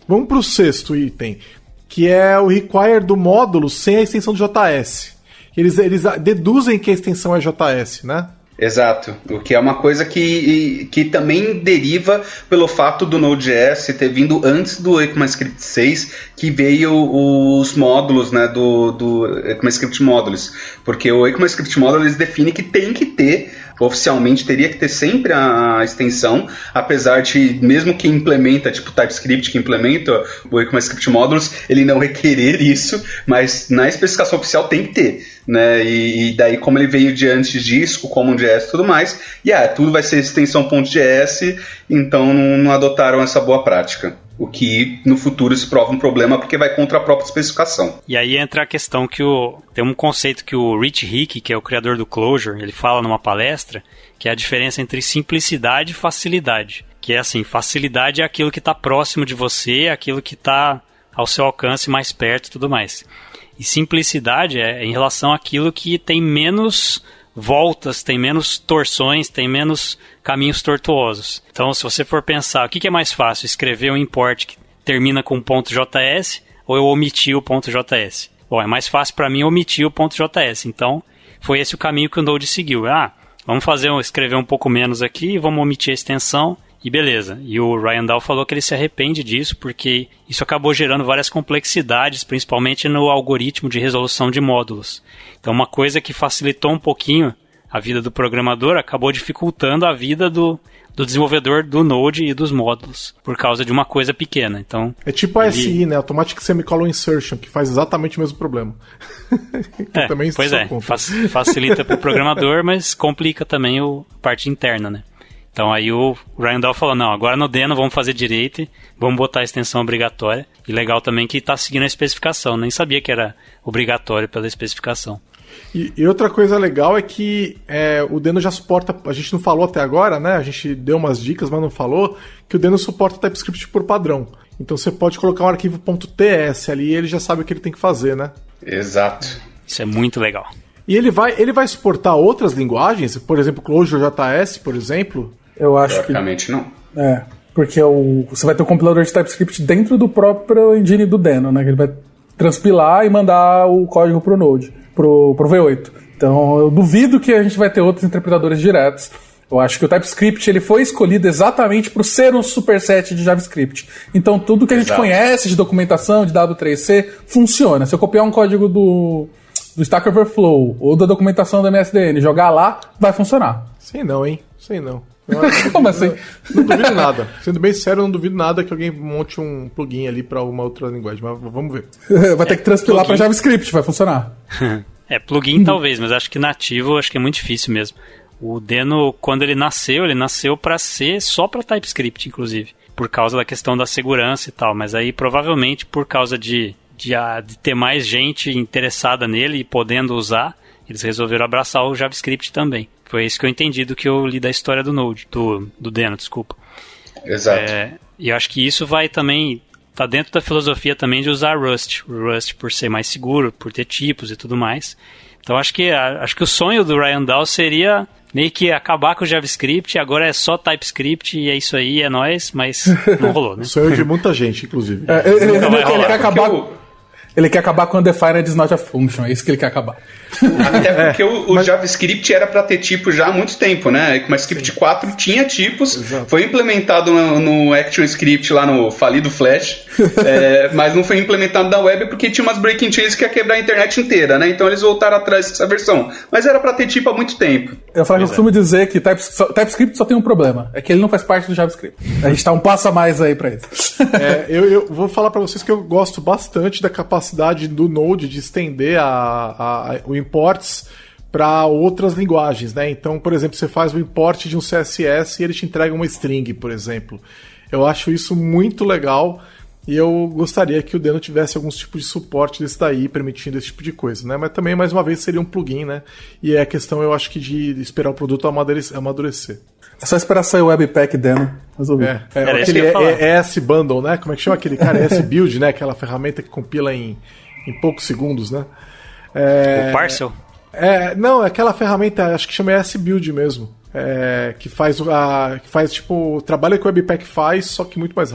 Vamos para o 6º item, que é o require do módulo sem a extensão de JS. Eles deduzem que a extensão é JS, né? Exato, o que é uma coisa que também deriva pelo fato do Node.js ter vindo antes do ECMAScript 6, que veio os módulos, né, do ECMAScript Modules, porque o ECMAScript Modules define que tem que ter, oficialmente teria que ter sempre a extensão, apesar de, mesmo quem implementa, tipo TypeScript que implementa o ECMAScript Modules, ele não requerer isso, mas na especificação oficial tem que ter, né? E daí, como ele veio de antes disso, o CommonJS e tudo mais, tudo vai ser extensão.js, então não adotaram essa boa prática. O que no futuro se prova um problema porque vai contra a própria especificação. E aí entra a questão que tem um conceito que o Rich Hick, que é o criador do Clojure, ele fala numa palestra, que é a diferença entre simplicidade e facilidade. Que é assim, facilidade é aquilo que está próximo de você, aquilo que está ao seu alcance mais perto e tudo mais. E simplicidade é em relação àquilo que tem menos voltas, tem menos torções, tem menos caminhos tortuosos. Então, se você for pensar, o que é mais fácil? Escrever um import que termina com .js ou eu omitir o .js? Bom, é mais fácil para mim omitir o .js. Então, foi esse o caminho que o Node seguiu. Vamos escrever um pouco menos aqui, vamos omitir a extensão e beleza. E o Ryan Dahl falou que ele se arrepende disso porque isso acabou gerando várias complexidades, principalmente no algoritmo de resolução de módulos. Então, uma coisa que facilitou um pouquinho a vida do programador acabou dificultando a vida do desenvolvedor do Node e dos módulos, por causa de uma coisa pequena. Então, é tipo a ASI, né? Automatic Semicolon Insertion, que faz exatamente o mesmo problema. Também pois é, facilita para o programador, mas complica também a parte interna, né? Então aí o Ryan Dahl falou, não, agora no Deno vamos fazer direito, vamos botar a extensão obrigatória. E legal também que está seguindo a especificação, nem sabia que era obrigatório pela especificação. E outra coisa legal é que o Deno já suporta, a gente não falou até agora, né? A gente deu umas dicas, mas não falou, que o Deno suporta TypeScript por padrão. Então você pode colocar um arquivo .ts ali e ele já sabe o que ele tem que fazer, né? Exato. Isso é muito legal. E ele vai suportar outras linguagens? Por exemplo, ClojureJS, por exemplo? Eu acho Teoricamente não. Porque você vai ter o compilador de TypeScript dentro do próprio engine do Deno, né? Que ele vai transpilar e mandar o código pro Node, pro V8. Então eu duvido que a gente vai ter outros interpretadores diretos. Eu acho que o TypeScript ele foi escolhido exatamente por ser um superset de JavaScript. Então tudo que a gente conhece de documentação, de W3C, funciona. Se eu copiar um código do Stack Overflow ou da documentação do MSDN e jogar lá, vai funcionar. Sei não, hein? Sei não. Como assim? Não duvido nada. Sendo bem sério, eu não duvido nada que alguém monte um plugin ali para uma outra linguagem, mas vamos ver. Vai ter que transpilar para JavaScript, vai funcionar. Plugin talvez, mas acho que nativo acho que é muito difícil mesmo. O Deno, quando ele nasceu para ser só para TypeScript, inclusive, por causa da questão da segurança e tal, mas aí provavelmente por causa de ter mais gente interessada nele e podendo usar, eles resolveram abraçar o JavaScript também. Foi isso que eu entendi do que eu li da história do Node, do Deno, desculpa. Exato. E eu acho que isso vai também, tá dentro da filosofia também de usar Rust. O Rust por ser mais seguro, por ter tipos e tudo mais. Então acho que o sonho do Ryan Dahl seria meio que acabar com o JavaScript, agora é só TypeScript e é isso aí, é nóis, mas não rolou, né? Sonho de muita gente, inclusive. Ele quer acabar com undefined is not a function, é isso que ele quer acabar. Até porque o JavaScript era para ter tipo já há muito tempo, né? O ECMAScript 4 tinha tipos, foi implementado no ActionScript lá no falido Flash, mas não foi implementado na web porque tinha umas breaking chains que ia quebrar a internet inteira, né? Então eles voltaram atrás dessa versão. Mas era para ter tipo há muito tempo. Eu costumo dizer que TypeScript só tem um problema, é que ele não faz parte do JavaScript. A gente tá um passo a mais aí para isso. Eu vou falar para vocês que eu gosto bastante da capacidade do Node de estender o imports para outras linguagens, né? Então, por exemplo, você faz o import de um CSS e ele te entrega uma string, por exemplo. Eu acho isso muito legal e eu gostaria que o Deno tivesse alguns tipos de suporte desse daí, permitindo esse tipo de coisa, né? Mas também, mais uma vez, seria um plugin, né? E é a questão, eu acho que de esperar o produto amadurecer. É só esperar sair o Webpack Deno. Resolvi. Aquele ES Bundle, né? Como é que chama aquele cara? ES Build, né? Aquela ferramenta que compila em poucos segundos, né? O Parcel? Não, aquela ferramenta, acho que chama ES Build mesmo. Que faz tipo o trabalho que o Webpack faz, só que muito mais rápido.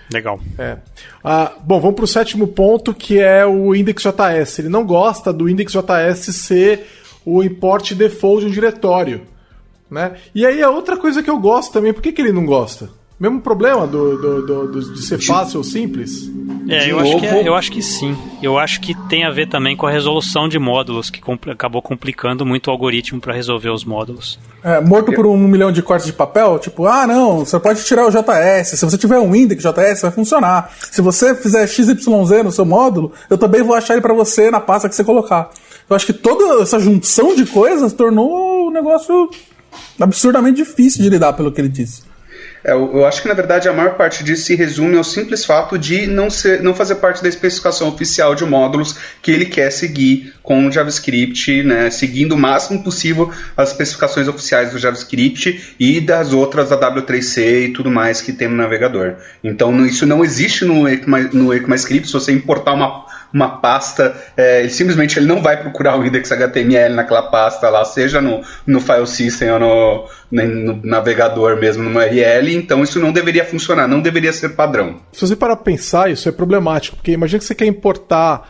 Legal. Bom, vamos para o 7º ponto, que é o IndexJS. Ele não gosta do IndexJS ser o import default de um diretório, né? E aí a outra coisa que eu gosto também, por que ele não gosta? Mesmo problema de ser fácil ou simples? Eu acho que sim. Eu acho que tem a ver também com a resolução de módulos, que acabou complicando muito o algoritmo para resolver os módulos. Morto por 1 milhão de cortes de papel, tipo, não, você pode tirar o JS, se você tiver um index.js vai funcionar. Se você fizer XYZ no seu módulo, eu também vou achar ele para você na pasta que você colocar. Eu acho que toda essa junção de coisas tornou o negócio absurdamente difícil de lidar, pelo que ele disse. Eu acho que, na verdade, a maior parte disso se resume ao simples fato de não fazer parte da especificação oficial de módulos que ele quer seguir com o JavaScript, né, seguindo o máximo possível as especificações oficiais do JavaScript e das outras, da W3C e tudo mais que tem no navegador. Então, isso não existe no ECMAScript. Se você importar uma pasta, simplesmente ele não vai procurar o index.html naquela pasta lá, seja no file system ou no navegador mesmo, no URL, então isso não deveria funcionar, não deveria ser padrão. Se você parar para pensar, isso é problemático, porque imagina que você quer importar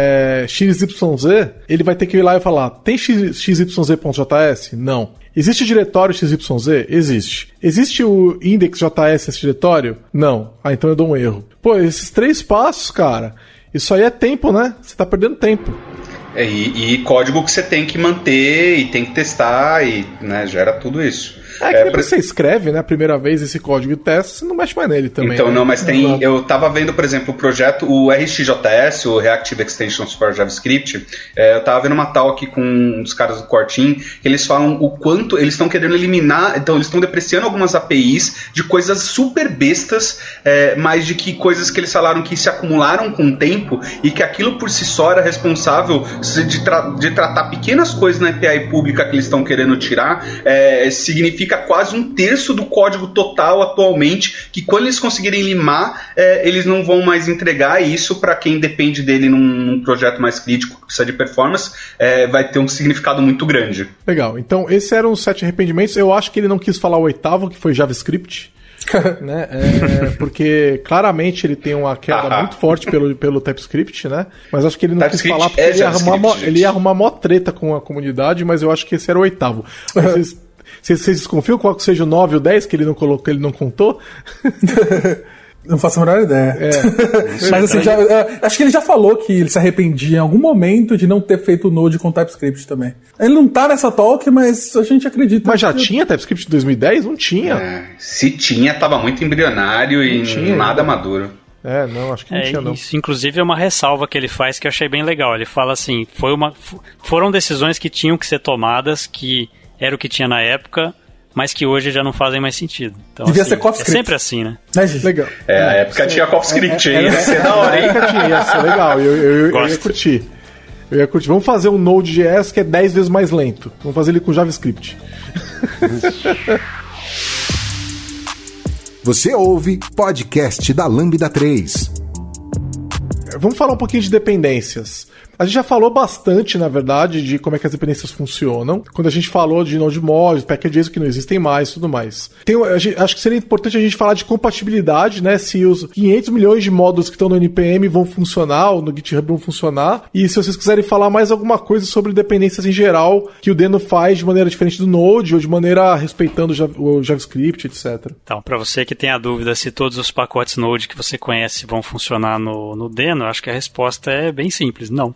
XYZ, ele vai ter que ir lá e falar, tem xyz.js? Não. Existe o diretório XYZ? Existe. Existe o index.js nesse diretório? Não. Então eu dou um erro. Pô, esses 3 passos, cara, isso aí é tempo, né? Você tá perdendo tempo. E código que você tem que manter e tem que testar e, né, gera tudo isso. Você escreve, né, a primeira vez esse código e testa, você não mexe mais nele também. Então, né? Não, mas eu tava vendo, por exemplo, o projeto, o RxJS, o Reactive Extensions for JavaScript, eu tava vendo uma talk com um dos caras do Cortin, que eles falam o quanto eles estão querendo eliminar, então eles estão depreciando algumas APIs de coisas super bestas, mas de que coisas que eles falaram que se acumularam com o tempo e que aquilo por si só era responsável de tratar pequenas coisas na API pública que eles estão querendo tirar, significa quase 1/3 do código total atualmente, que quando eles conseguirem limar, eles não vão mais entregar, e isso para quem depende dele num projeto mais crítico, que precisa de performance, vai ter um significado muito grande. Legal, então esses eram os 7 arrependimentos. Eu acho que ele não quis falar o 8º, que foi JavaScript. Né? Porque claramente ele tem uma queda muito forte pelo TypeScript, né? Mas acho que ele não quis falar porque ele ia arrumar mó treta com a comunidade, mas eu acho que esse era o 8º. Vocês desconfiam qual que seja o 9 ou 10 que ele não colocou, que ele não contou? Não faço a menor ideia. Mas assim, acho que ele já falou que ele se arrependia em algum momento de não ter feito o Node com TypeScript também. Ele não tá nessa talk, mas a gente acredita. Mas já tinha TypeScript em 2010? Não tinha. Se tinha, tava muito embrionário e nada maduro. Não, acho que não tinha, não. Isso, inclusive, é uma ressalva que ele faz que eu achei bem legal. Ele fala assim, foram decisões que tinham que ser tomadas, que era o que tinha na época, mas que hoje já não fazem mais sentido. Então, devia assim, ser CoffeeScript. É sempre assim, né? Legal. A época tinha CoffeeScript, ia ser da hora, hein? Ia ser legal, eu ia curtir. Vamos fazer um Node.js que é 10 vezes mais lento. Vamos fazer ele com JavaScript. Você ouve podcast da Lambda 3. Vamos falar um pouquinho de dependências. A gente já falou bastante, na verdade, de como é que as dependências funcionam. Quando a gente falou de Node Modules, packages que não existem mais e tudo mais. Acho que seria importante a gente falar de compatibilidade, né? Se os 500 milhões de módulos que estão no NPM vão funcionar, ou no GitHub vão funcionar. E se vocês quiserem falar mais alguma coisa sobre dependências em geral, que o Deno faz de maneira diferente do Node, ou de maneira respeitando o JavaScript, etc. Então, para você que tem a dúvida se todos os pacotes Node que você conhece vão funcionar no Deno, acho que a resposta é bem simples, não.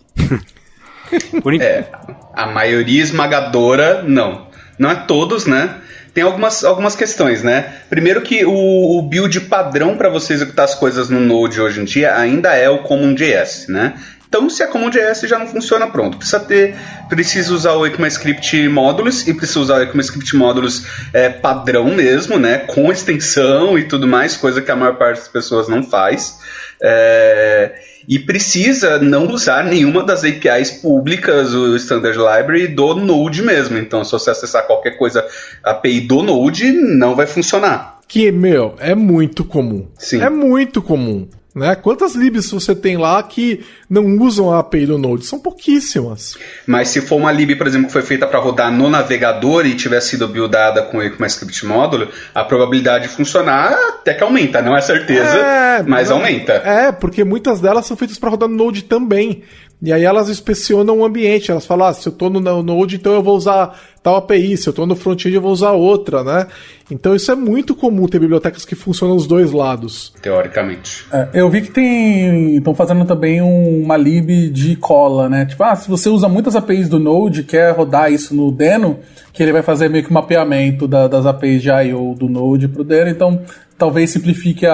A maioria esmagadora, não. Não é todos, né? Tem algumas questões, né? Primeiro que o build padrão para você executar as coisas no Node hoje em dia ainda é o CommonJS, né? Então, se a CommonJS já não funciona, pronto. Precisa usar o ECMAScript Modules, e precisa usar o ECMAScript Modules padrão mesmo, né? Com extensão e tudo mais, coisa que a maior parte das pessoas não faz. E precisa não usar nenhuma das APIs públicas, o Standard Library do Node mesmo. Então, se você acessar qualquer coisa, API do Node, não vai funcionar. Que, é muito comum. Sim. É muito comum. Né? Quantas libs você tem lá que não usam a API do Node? São pouquíssimas. Mas se for uma lib, por exemplo, que foi feita para rodar no navegador e tiver sido buildada com o ECMAScript módulo, a probabilidade de funcionar até que aumenta, não é certeza, mas aumenta. Porque muitas delas são feitas para rodar no Node também. E aí elas inspecionam o ambiente, elas falam, se eu estou no Node, então eu vou usar tal API, se eu estou no front-end eu vou usar outra, né? Então isso é muito comum, ter bibliotecas que funcionam dos dois lados. Teoricamente. Eu vi que estão fazendo também uma lib de cola, né? Tipo, se você usa muitas APIs do Node, quer rodar isso no Deno, que ele vai fazer meio que um mapeamento das APIs de I/O do Node pro Deno, então talvez simplifique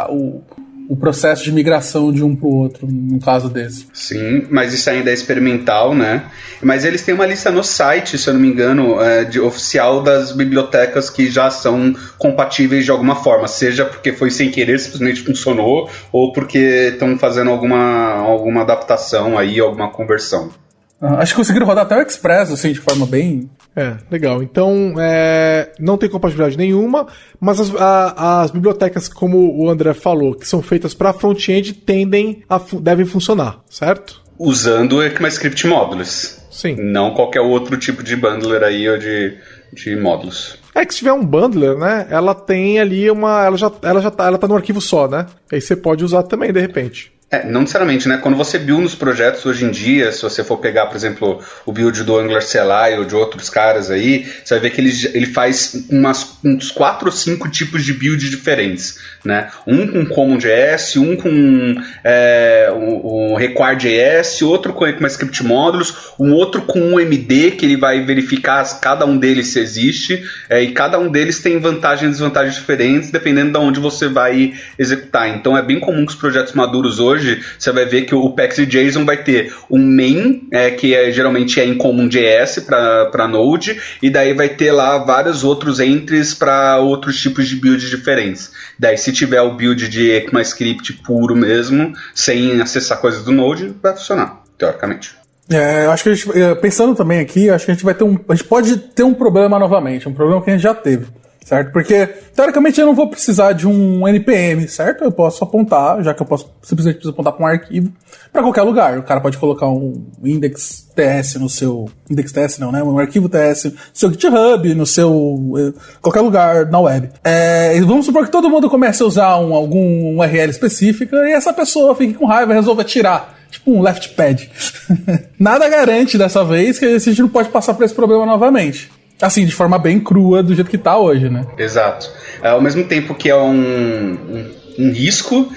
o processo de migração de um para o outro, num caso desse. Sim, mas isso ainda é experimental, né? Mas eles têm uma lista no site, se eu não me engano, oficial das bibliotecas que já são compatíveis de alguma forma, seja porque foi sem querer, simplesmente funcionou, ou porque estão fazendo alguma adaptação aí, alguma conversão. Acho que conseguiram rodar até o Express, assim, de forma bem... Legal. Então, não tem compatibilidade nenhuma, mas as bibliotecas, como o André falou, que são feitas para front-end, devem funcionar, certo? Usando o ECMAScript módulos. Sim. Não qualquer outro tipo de bundler aí ou de módulos. Que se tiver um bundler, né, ela tem ali ela tá no arquivo só, né? Aí você pode usar também, de repente. Não necessariamente, né? Quando você build nos projetos hoje em dia, se você for pegar, por exemplo, o build do Angular CLI ou de outros caras aí, você vai ver que ele faz uns 4 ou 5 tipos de build diferentes, né? Um com CommonJS, um com o Require.js, outro com ECMAScript Modules, um outro com um MD, que ele vai verificar cada um deles se existe, e cada um deles tem vantagens e desvantagens diferentes, dependendo de onde você vai executar. Então é bem comum que os projetos maduros hoje, você vai ver que o Pax.json vai ter um main, que geralmente é em CommonJS para Node, e daí vai ter lá vários outros entries para outros tipos de builds diferentes. Daí, se tiver o build de ECMAScript puro mesmo, sem acessar coisas do Node, vai funcionar, teoricamente. Eu acho que pensando também aqui, acho que a gente pode ter um problema novamente, um problema que a gente já teve. Certo? Porque, teoricamente, eu não vou precisar de um NPM, certo? Eu posso apontar, já que eu simplesmente apontar para um arquivo, para qualquer lugar. O cara pode colocar um index TS no seu... Index TS não, né? Um arquivo TS no seu GitHub, no seu... qualquer lugar na web. E vamos supor que todo mundo comece a usar algum URL específica e essa pessoa fique com raiva e resolva tirar. Tipo um left pad. Nada garante dessa vez que a gente não pode passar por esse problema novamente. Assim, de forma bem crua, do jeito que tá hoje, né? Exato. Ao mesmo tempo que é um risco,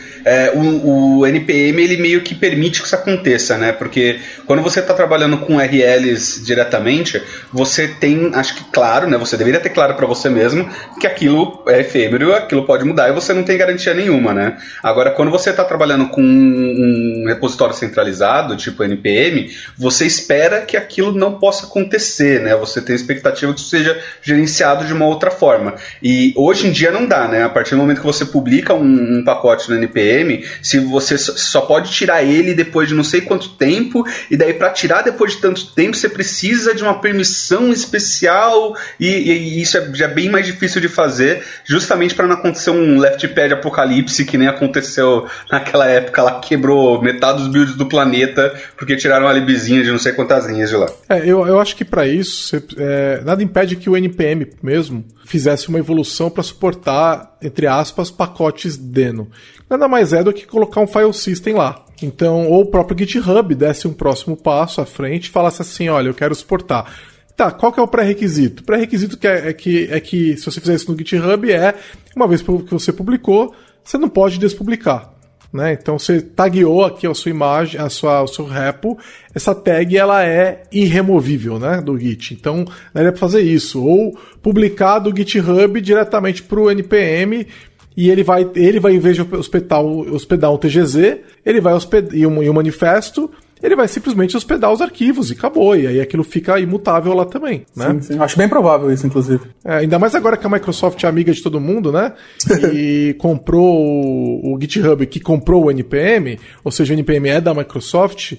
o NPM ele meio que permite que isso aconteça, né? Porque quando você está trabalhando com URLs diretamente, você tem, acho que claro, né? Você deveria ter claro para você mesmo que aquilo é efêmero, aquilo pode mudar e você não tem garantia nenhuma, né? Agora, quando você está trabalhando com um repositório centralizado, tipo NPM, você espera que aquilo não possa acontecer, né? Você tem a expectativa que isso seja gerenciado de uma outra forma. E hoje em dia não dá, né? A partir do momento que você publica um pacote no NPM, se você só pode tirar ele depois de não sei quanto tempo, e daí para tirar depois de tanto tempo você precisa de uma permissão especial, e isso já é bem mais difícil de fazer, justamente para não acontecer um left pad apocalipse que nem aconteceu naquela época, lá quebrou metade dos builds do planeta porque tiraram uma libzinha de não sei quantas linhas de lá. Eu acho que para isso nada impede que o NPM mesmo fizesse uma evolução para suportar, entre aspas, pacotes Deno. Nada mais é do que colocar um file system lá. Então, ou o próprio GitHub desse um próximo passo à frente e falasse assim, olha, eu quero suportar. Tá, qual que é o pré-requisito? O pré-requisito é que se você fizer isso no GitHub uma vez que você publicou, você não pode despublicar. Né? Então você tagueou aqui a sua imagem, o seu repo, essa tag ela é irremovível, né, do Git. Então daria para fazer isso, ou publicar do GitHub diretamente para o NPM, e ele vai em vez de hospedar um TGZ, ele vai hospedar e um manifesto, ele vai simplesmente hospedar os arquivos e acabou, e aí aquilo fica imutável lá também, né? Sim. Acho bem provável isso, inclusive. Ainda mais agora que a Microsoft é amiga de todo mundo, né? E comprou o GitHub, que comprou o NPM, ou seja, o NPM é da Microsoft,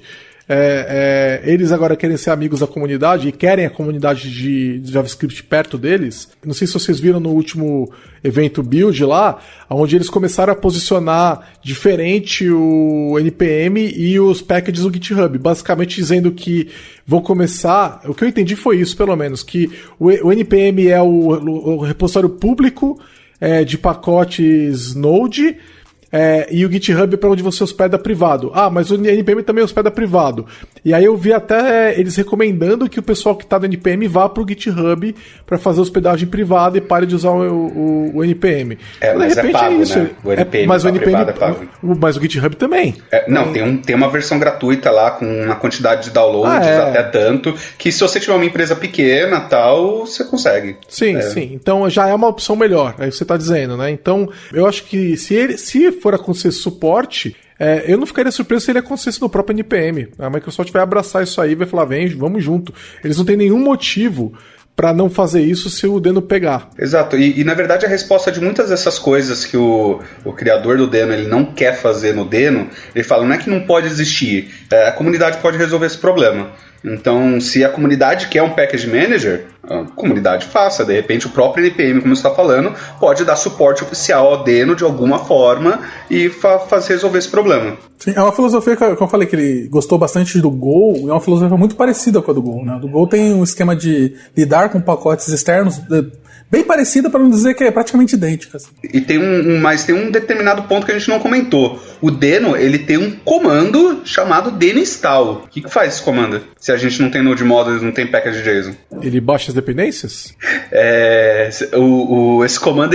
eles agora querem ser amigos da comunidade e querem a comunidade de JavaScript perto deles. Não sei se vocês viram no último evento Build lá, onde eles começaram a posicionar diferente o NPM e os packages do GitHub, basicamente dizendo que vão começar, o que eu entendi foi isso pelo menos, que o NPM é o repositório público de pacotes Node, e o GitHub é para onde você hospeda privado. Mas o NPM também hospeda privado. E aí eu vi até eles recomendando que o pessoal que está no NPM vá para o GitHub para fazer hospedagem privada e pare de usar o NPM. Mas é pago, né? O NPM mas o NPM privado é pago. Mas o GitHub também. Tem uma versão gratuita lá com uma quantidade de downloads até tanto, que se você tiver uma empresa pequena tal, você consegue. Sim. Então já é uma opção melhor, é o que você está dizendo, né? Então eu acho que se for acontecer suporte, eu não ficaria surpreso se ele acontecesse no próprio NPM. A Microsoft vai abraçar isso aí e vai falar, vamos junto. Eles não têm nenhum motivo para não fazer isso se o Deno pegar. Exato, e na verdade a resposta de muitas dessas coisas que o criador do Deno ele não quer fazer no Deno, ele fala, não é que não pode existir, a comunidade pode resolver esse problema. Então, se a comunidade quer um package manager, a comunidade faça. De repente, o próprio NPM, como você está falando, pode dar suporte oficial ao Deno de alguma forma e fazer resolver esse problema. Sim, é uma filosofia que eu falei que ele gostou bastante do Go, e é uma filosofia muito parecida com a do Go, né? Do Go tem um esquema de lidar com pacotes externos bem parecida, para não dizer que é praticamente idêntica. Assim. E tem mas tem um determinado ponto que a gente não comentou. O Deno, ele tem um comando chamado Deno install. O que faz esse comando? Se a gente não tem Node Models, não tem package JSON. Ele baixa as dependências? Esse comando,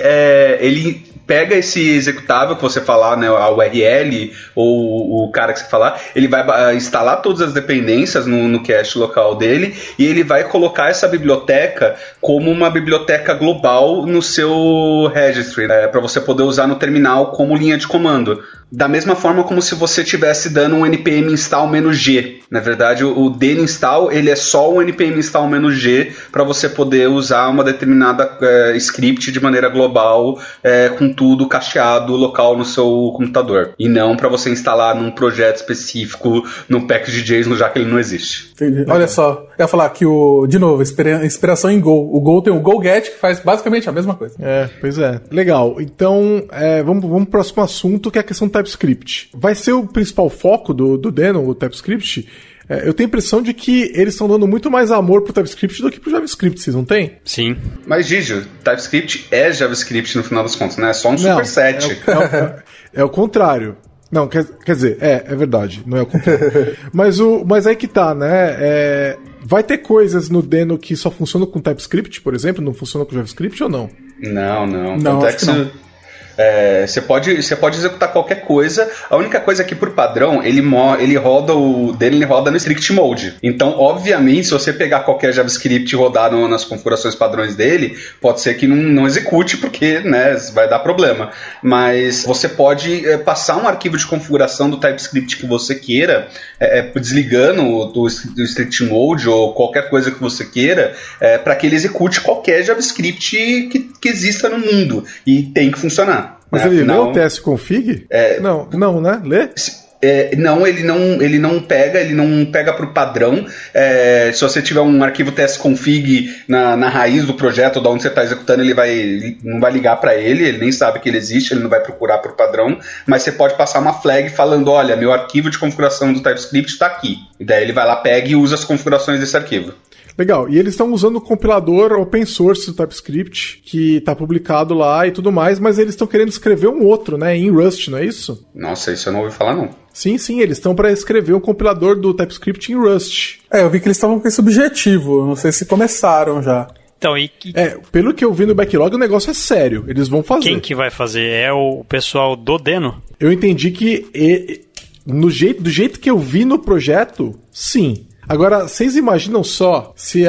ele pega esse executável que você falar, né, a URL ou o cara que você falar, ele vai instalar todas as dependências no cache local dele e ele vai colocar essa biblioteca como uma biblioteca global no seu registry, para você poder usar no terminal como linha de comando. Da mesma forma como se você estivesse dando um npm install "-g". Na verdade, o deno install ele é só um npm install "-g" para você poder usar uma determinada script de maneira global, com tudo cacheado local no seu computador. E não para você instalar num projeto específico, no package JSON, já que ele não existe. Entendi. Olha só, eu ia falar que de novo, inspiração em Go. O Go tem o GoGet, que faz basicamente a mesma coisa. Pois é. Legal. Então, vamos pro próximo assunto, que é a questão do TypeScript. Vai ser o principal foco do Deno, o TypeScript? Eu tenho a impressão de que eles estão dando muito mais amor pro TypeScript do que pro JavaScript, vocês não têm? Sim. Mas, Gigi, TypeScript é JavaScript no final das contas, né? É só um superset. É o contrário. Não, quer dizer, é verdade, não é o contrário. mas aí que tá, né? Vai ter coisas no Deno que só funcionam com TypeScript, por exemplo, não funciona com JavaScript ou não? Não. Não, acho que não. Você pode executar qualquer coisa. A única coisa é que, por padrão, ele roda no strict mode. Então, obviamente, se você pegar qualquer JavaScript e rodar nas configurações padrões dele, pode ser que não execute, porque, né, vai dar problema. Mas você pode passar um arquivo de configuração do TypeScript que você queira, desligando do strict mode ou qualquer coisa que você queira, para que ele execute qualquer JavaScript que exista no mundo. E tem que funcionar. Mas ele lê o tsconfig? Não, né? Lê? Não, ele não pega pro padrão. Se você tiver um arquivo tsconfig na raiz do projeto, da onde você está executando, não vai ligar para ele nem sabe que ele existe, ele não vai procurar por padrão, mas você pode passar uma flag falando, olha, meu arquivo de configuração do TypeScript está aqui. E daí ele vai lá, pega e usa as configurações desse arquivo. Legal, e eles estão usando o compilador open source do TypeScript, que está publicado lá e tudo mais, mas eles estão querendo escrever um outro, né, em Rust, não é isso? Nossa, isso eu não ouvi falar, não. Sim, eles estão para escrever um compilador do TypeScript em Rust. Eu vi que eles estavam com esse objetivo, não sei se começaram já. Então, pelo que eu vi no backlog, o negócio é sério, eles vão fazer. Quem que vai fazer? É o pessoal do Deno? Eu entendi que, do jeito que eu vi no projeto, sim. Agora, vocês imaginam só se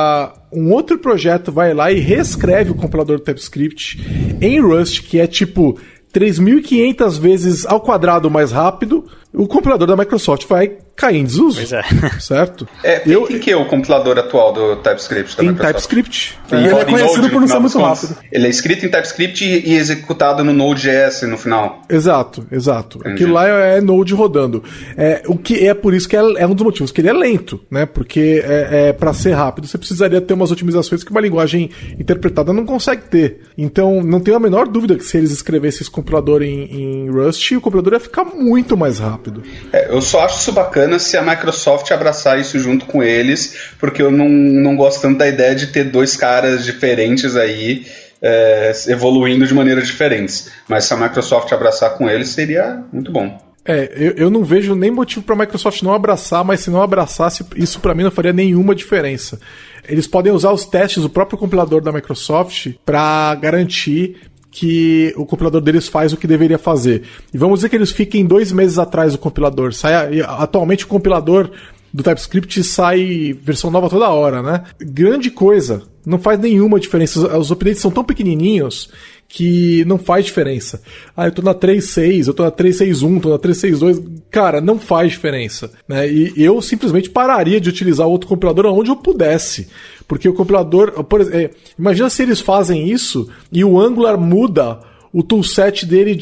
um outro projeto vai lá e reescreve o compilador do TypeScript em Rust, que é tipo 3.500 vezes ao quadrado mais rápido, o compilador da Microsoft vai cair em desuso. Pois é. Certo? Tem que o compilador atual do TypeScript da Microsoft? TypeScript. Ele é conhecido por não ser muito rápido. Ele é escrito em TypeScript e executado no Node.js no final. Exato. Aquilo lá é Node rodando. O que é por isso que é um dos motivos que ele é lento, né? Porque para ser rápido você precisaria ter umas otimizações que uma linguagem interpretada não consegue ter. Então não tenho a menor dúvida que se eles escrevessem esse compilador em Rust, o compilador ia ficar muito mais rápido. Eu só acho isso bacana se a Microsoft abraçar isso junto com eles, porque eu não gosto tanto da ideia de ter dois caras diferentes aí evoluindo de maneiras diferentes. Mas se a Microsoft abraçar com eles, seria muito bom. Eu não vejo nem motivo para a Microsoft não abraçar, mas se não abraçasse, isso para mim não faria nenhuma diferença. Eles podem usar os testes do próprio compilador da Microsoft para garantir que o compilador deles faz o que deveria fazer. E vamos dizer que eles fiquem 2 meses atrás do compilador. Atualmente o compilador do TypeScript sai versão nova toda hora, né? Grande coisa. Não faz nenhuma diferença. Os updates são tão pequenininhos que não faz diferença. Eu tô na 3.6, eu tô na 3.6.1, tô na 3.6.2. Cara, não faz diferença, né? E eu simplesmente pararia de utilizar outro compilador onde eu pudesse. Porque o compilador... Por exemplo, imagina se eles fazem isso e o Angular muda o toolset dele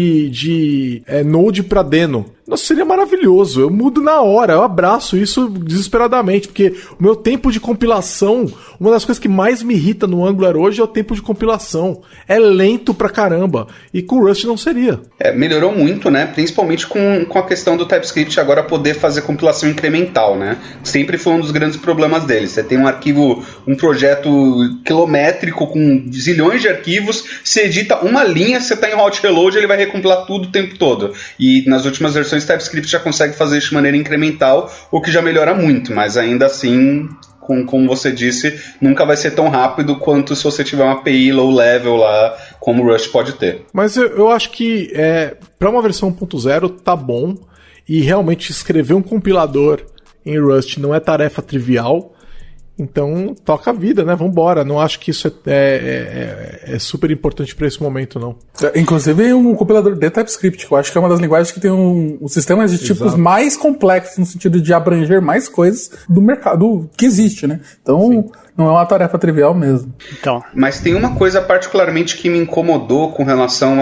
de Node para Deno. Nossa, seria maravilhoso. Eu mudo na hora, eu abraço isso desesperadamente, porque o meu tempo de compilação, uma das coisas que mais me irrita no Angular hoje é o tempo de compilação. É lento pra caramba. E com o Rust não seria. Melhorou muito, né? Principalmente com a questão do TypeScript agora poder fazer compilação incremental, né? Sempre foi um dos grandes problemas dele. Você tem um projeto quilométrico com zilhões de arquivos, você edita uma linha, você tá em hot reload, ele vai recompilar tudo o tempo todo. E nas últimas versões TypeScript já consegue fazer isso de maneira incremental, o que já melhora muito, mas ainda assim, como você disse, nunca vai ser tão rápido quanto se você tiver uma API low level lá, como o Rust pode ter. Mas eu acho que para uma versão 1.0 tá bom, e realmente escrever um compilador em Rust não é tarefa trivial. Então, toca a vida, né? Vambora. Não acho que isso é super importante para esse momento, não. Inclusive, um compilador de TypeScript, que eu acho que é uma das linguagens que tem um sistema de tipos mais complexos, no sentido de abranger mais coisas do mercado que existe, né? Então, sim, não é uma tarefa trivial mesmo. Então. Mas tem uma coisa particularmente que me incomodou com relação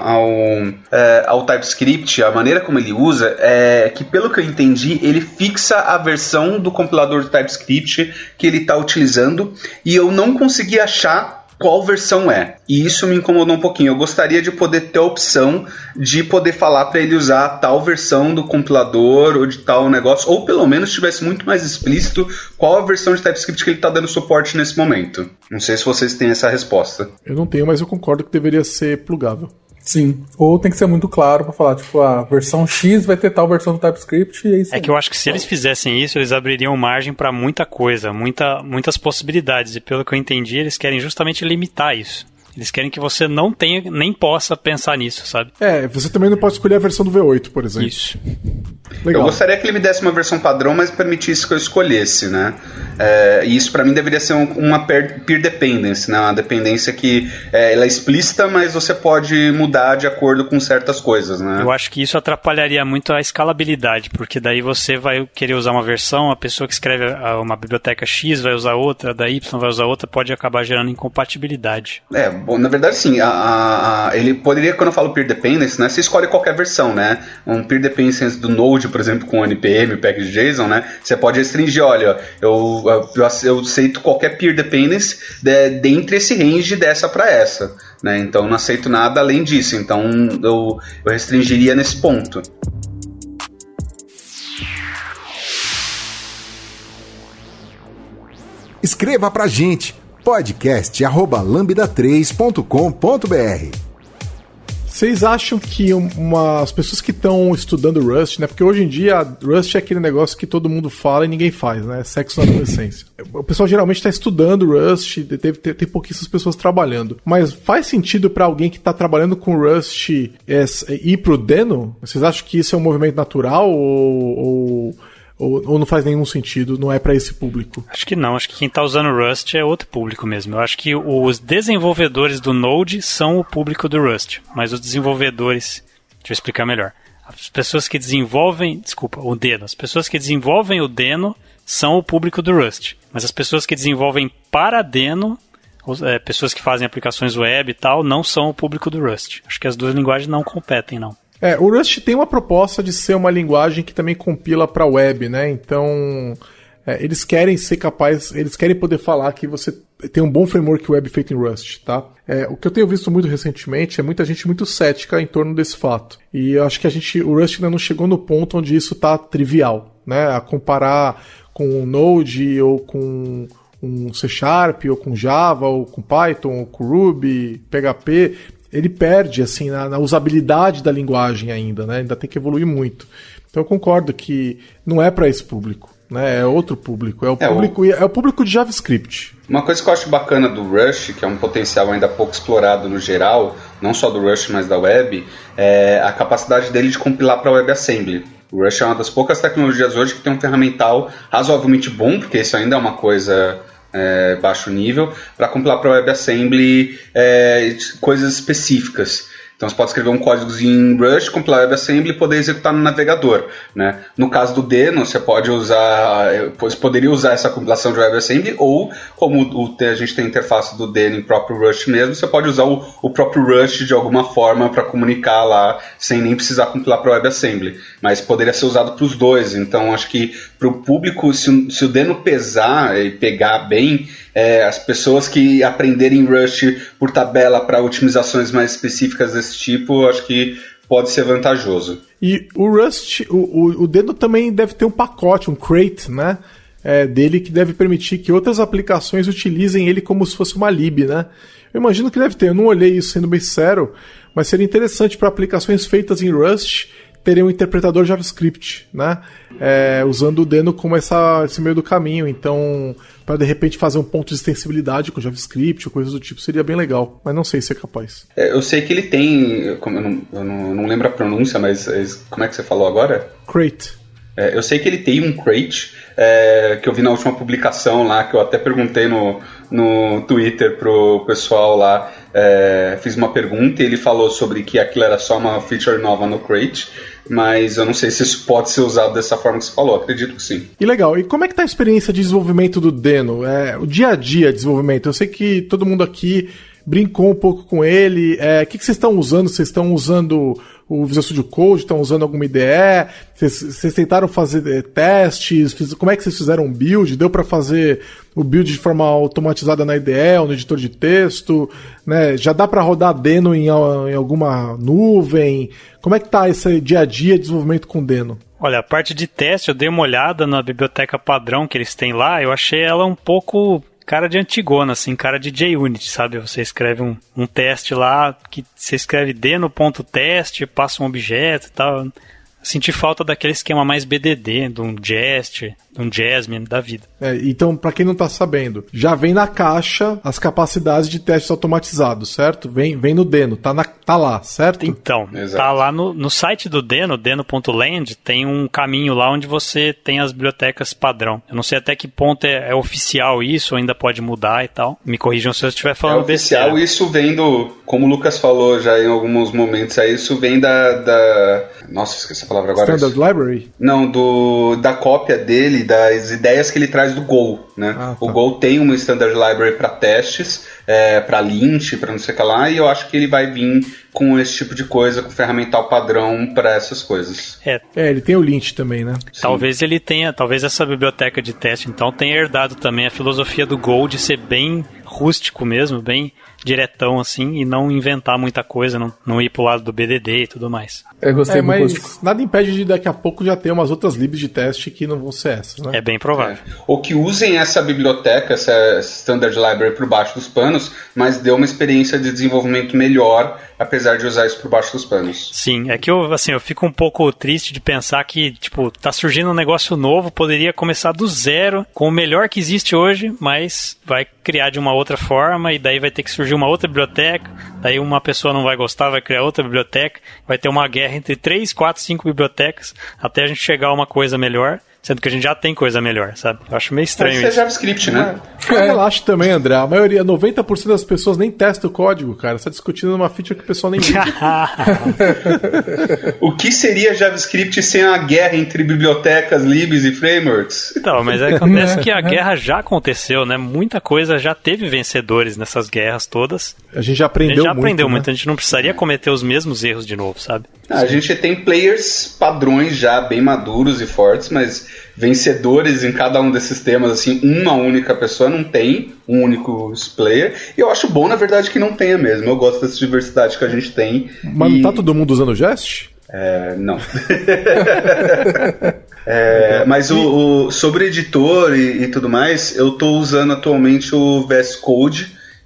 ao TypeScript, a maneira como ele usa, é que, pelo que eu entendi, ele fixa a versão do compilador do TypeScript que ele está utilizando, e eu não consegui achar qual versão é. E isso me incomodou um pouquinho. Eu gostaria de poder ter a opção de poder falar para ele usar tal versão do compilador ou de tal negócio, ou pelo menos tivesse muito mais explícito qual a versão de TypeScript que ele está dando suporte nesse momento. Não sei se vocês têm essa resposta. Eu não tenho, mas eu concordo que deveria ser plugável. Sim, ou tem que ser muito claro pra falar, tipo, a versão X vai ter tal versão do TypeScript e é isso. É que eu acho que se eles fizessem isso, eles abririam margem pra muita coisa, muitas possibilidades, e pelo que eu entendi, eles querem justamente limitar isso. Eles querem que você não tenha, nem possa pensar nisso, sabe? Você também não pode escolher a versão do V8, por exemplo. Isso. Legal. Eu gostaria que ele me desse uma versão padrão, mas permitisse que eu escolhesse, né? E isso pra mim deveria ser uma peer dependency, né? Uma dependência que ela é explícita, mas você pode mudar de acordo com certas coisas, né? Eu acho que isso atrapalharia muito a escalabilidade, porque daí você vai querer usar uma versão, a pessoa que escreve uma biblioteca X vai usar outra, da Y vai usar outra, pode acabar gerando incompatibilidade. Bom, na verdade sim, ele poderia, quando eu falo peer dependency, né? Você escolhe qualquer versão, né? Um peer dependency do Node, por exemplo, com o NPM, o package.json, né? Você pode restringir, olha, eu aceito qualquer peer dependency dentre esse range dessa para essa, né? Então não aceito nada além disso, então eu restringiria nesse ponto. Escreva pra gente, podcast@lambda3.com.br. Vocês acham que as pessoas que estão estudando Rust, né? Porque hoje em dia Rust é aquele negócio que todo mundo fala e ninguém faz, né? Sexo na adolescência. O pessoal geralmente está estudando Rust, tem pouquíssimas pessoas trabalhando. Mas faz sentido para alguém que está trabalhando com Rust ir pro Deno? Vocês acham que isso é um movimento natural ou não faz nenhum sentido, não é para esse público? Acho que não, acho que quem está usando Rust é outro público mesmo. Eu acho que os desenvolvedores do Node são o público do Rust, mas os desenvolvedores... Deixa eu explicar melhor. As pessoas que desenvolvem, o Deno. As pessoas que desenvolvem o Deno são o público do Rust. Mas as pessoas que desenvolvem para Deno, pessoas que fazem aplicações web e tal, não são o público do Rust. Acho que as duas linguagens não competem, não. O Rust tem uma proposta de ser uma linguagem que também compila para web, né? Então, eles querem ser capazes, eles querem poder falar que você tem um bom framework web feito em Rust, tá? O que eu tenho visto muito recentemente é muita gente muito cética em torno desse fato. E eu acho que o Rust ainda não chegou no ponto onde isso tá trivial, né? A comparar com o Node ou com um C Sharp, ou com Java, ou com Python, ou com Ruby, PHP, ele perde assim, na usabilidade da linguagem ainda, né? Ainda tem que evoluir muito. Então eu concordo que não é para esse público, né? É outro público. É o público de JavaScript. Uma coisa que eu acho bacana do Rust, que é um potencial ainda pouco explorado no geral, não só do Rust, mas da web, é a capacidade dele de compilar para WebAssembly. O Rust é uma das poucas tecnologias hoje que tem um ferramental razoavelmente bom, porque isso ainda é uma coisa baixo nível, para compilar para WebAssembly coisas específicas. Então você pode escrever um códigozinho em Rust, compilar WebAssembly e poder executar no navegador, né? No caso do Deno, você poderia usar essa compilação de WebAssembly, ou como a gente tem a interface do Deno em próprio Rust mesmo, você pode usar o próprio Rust de alguma forma para comunicar lá, sem nem precisar compilar para WebAssembly. Mas poderia ser usado para os dois. Então acho que para o público, se o Deno pesar e pegar bem, as pessoas que aprenderem Rust por tabela para otimizações mais específicas desse tipo, acho que pode ser vantajoso. E o Rust, o Deno também deve ter um pacote, um crate, né? Dele que deve permitir que outras aplicações utilizem ele como se fosse uma lib, né? Eu imagino que deve ter, eu não olhei isso sendo bem sincero, mas seria interessante para aplicações feitas em Rust terem um interpretador JavaScript, né? Usando o Deno como esse meio do caminho. Então, para de repente fazer um ponto de extensibilidade com JavaScript ou coisas do tipo, seria bem legal. Mas não sei se é capaz. Eu sei que ele tem, eu não lembro a pronúncia, mas como é que você falou agora? Crate. Eu sei que ele tem um crate, que eu vi na última publicação lá, que eu até perguntei no Twitter pro pessoal lá, fiz uma pergunta e ele falou sobre que aquilo era só uma feature nova no crate, mas eu não sei se isso pode ser usado dessa forma que você falou, acredito que sim. E legal, e como é que tá a experiência de desenvolvimento do Deno? O dia a dia de desenvolvimento, eu sei que todo mundo aqui brincou um pouco com ele, o que vocês estão usando? Vocês estão usando o Visual Studio Code, estão usando alguma IDE? Vocês tentaram fazer testes? Como é que vocês fizeram um build? Deu para fazer o build de forma automatizada na IDE ou no editor de texto? Né? Já dá para rodar Deno em alguma nuvem? Como é que tá esse dia a dia de desenvolvimento com Deno? Olha, a parte de teste, eu dei uma olhada na biblioteca padrão que eles têm lá, eu achei ela um pouco cara de antigona, assim, cara de JUnit, sabe? Você escreve um teste lá, que você escreve deno.test, passa um objeto e tal. Senti falta daquele esquema mais BDD, de um Jest, de um Jasmine da vida. Então, para quem não tá sabendo, já vem na caixa as capacidades de testes automatizados, certo? Vem no Deno, tá lá, certo? Então, exato. Tá lá no site do Deno, deno.land, tem um caminho lá onde você tem as bibliotecas padrão. Eu não sei até que ponto é oficial isso, ou ainda pode mudar e tal. Me corrijam se eu estiver falando besteira. Oficial, isso vem como o Lucas falou já em alguns momentos, isso vem da... Nossa, esqueci a palavra agora. Standard Library? Não, da cópia dele, das ideias que ele traz do Go, né? Tá. O Go tem uma Standard Library para testes, para lint, para não sei o que lá, e eu acho que ele vai vir com esse tipo de coisa, com ferramental padrão para essas coisas. Ele tem o lint também, né? Talvez ele tenha, talvez essa biblioteca de teste, então, tenha herdado também a filosofia do Go de ser bem rústico mesmo, bem diretão assim, e não inventar muita coisa, não ir pro lado do BDD e tudo mais. Eu gostei muito. Mas nada impede de daqui a pouco já ter umas outras libs de teste que não vão ser essas, né? É bem provável. Ou que usem essa biblioteca, essa Standard Library por baixo dos panos, mas dê uma experiência de desenvolvimento melhor, apesar de usar isso por baixo dos panos. Sim, é que eu fico um pouco triste de pensar que, tá surgindo um negócio novo, poderia começar do zero, com o melhor que existe hoje, mas vai criar de uma outra forma, e daí vai ter que surgir uma outra biblioteca, daí uma pessoa não vai gostar, vai criar outra biblioteca, vai ter uma guerra entre 3, 4, 5 bibliotecas, até a gente chegar a uma coisa melhor. sendo que a gente já tem coisa melhor, sabe? Eu acho meio estranho isso. Isso é JavaScript, né? Relaxa também, André. A maioria, 90% das pessoas nem testa o código, cara. Você tá discutindo uma feature que o pessoal nem viu. O que seria JavaScript sem a guerra entre bibliotecas, libs e frameworks? Então, mas acontece que a guerra já aconteceu, né? Muita coisa já teve vencedores nessas guerras todas. A gente já aprendeu muito, a gente não precisaria cometer os mesmos erros de novo, sabe? A gente tem players padrões já bem maduros e fortes, mas vencedores em cada um desses temas, assim, uma única pessoa não tem, um único player, e eu acho bom, na verdade, que não tenha mesmo. Eu gosto dessa diversidade que a gente tem. Mas não tá todo mundo usando o Jest? Não. Mas sobre editor e tudo mais, eu tô usando atualmente o VS Code.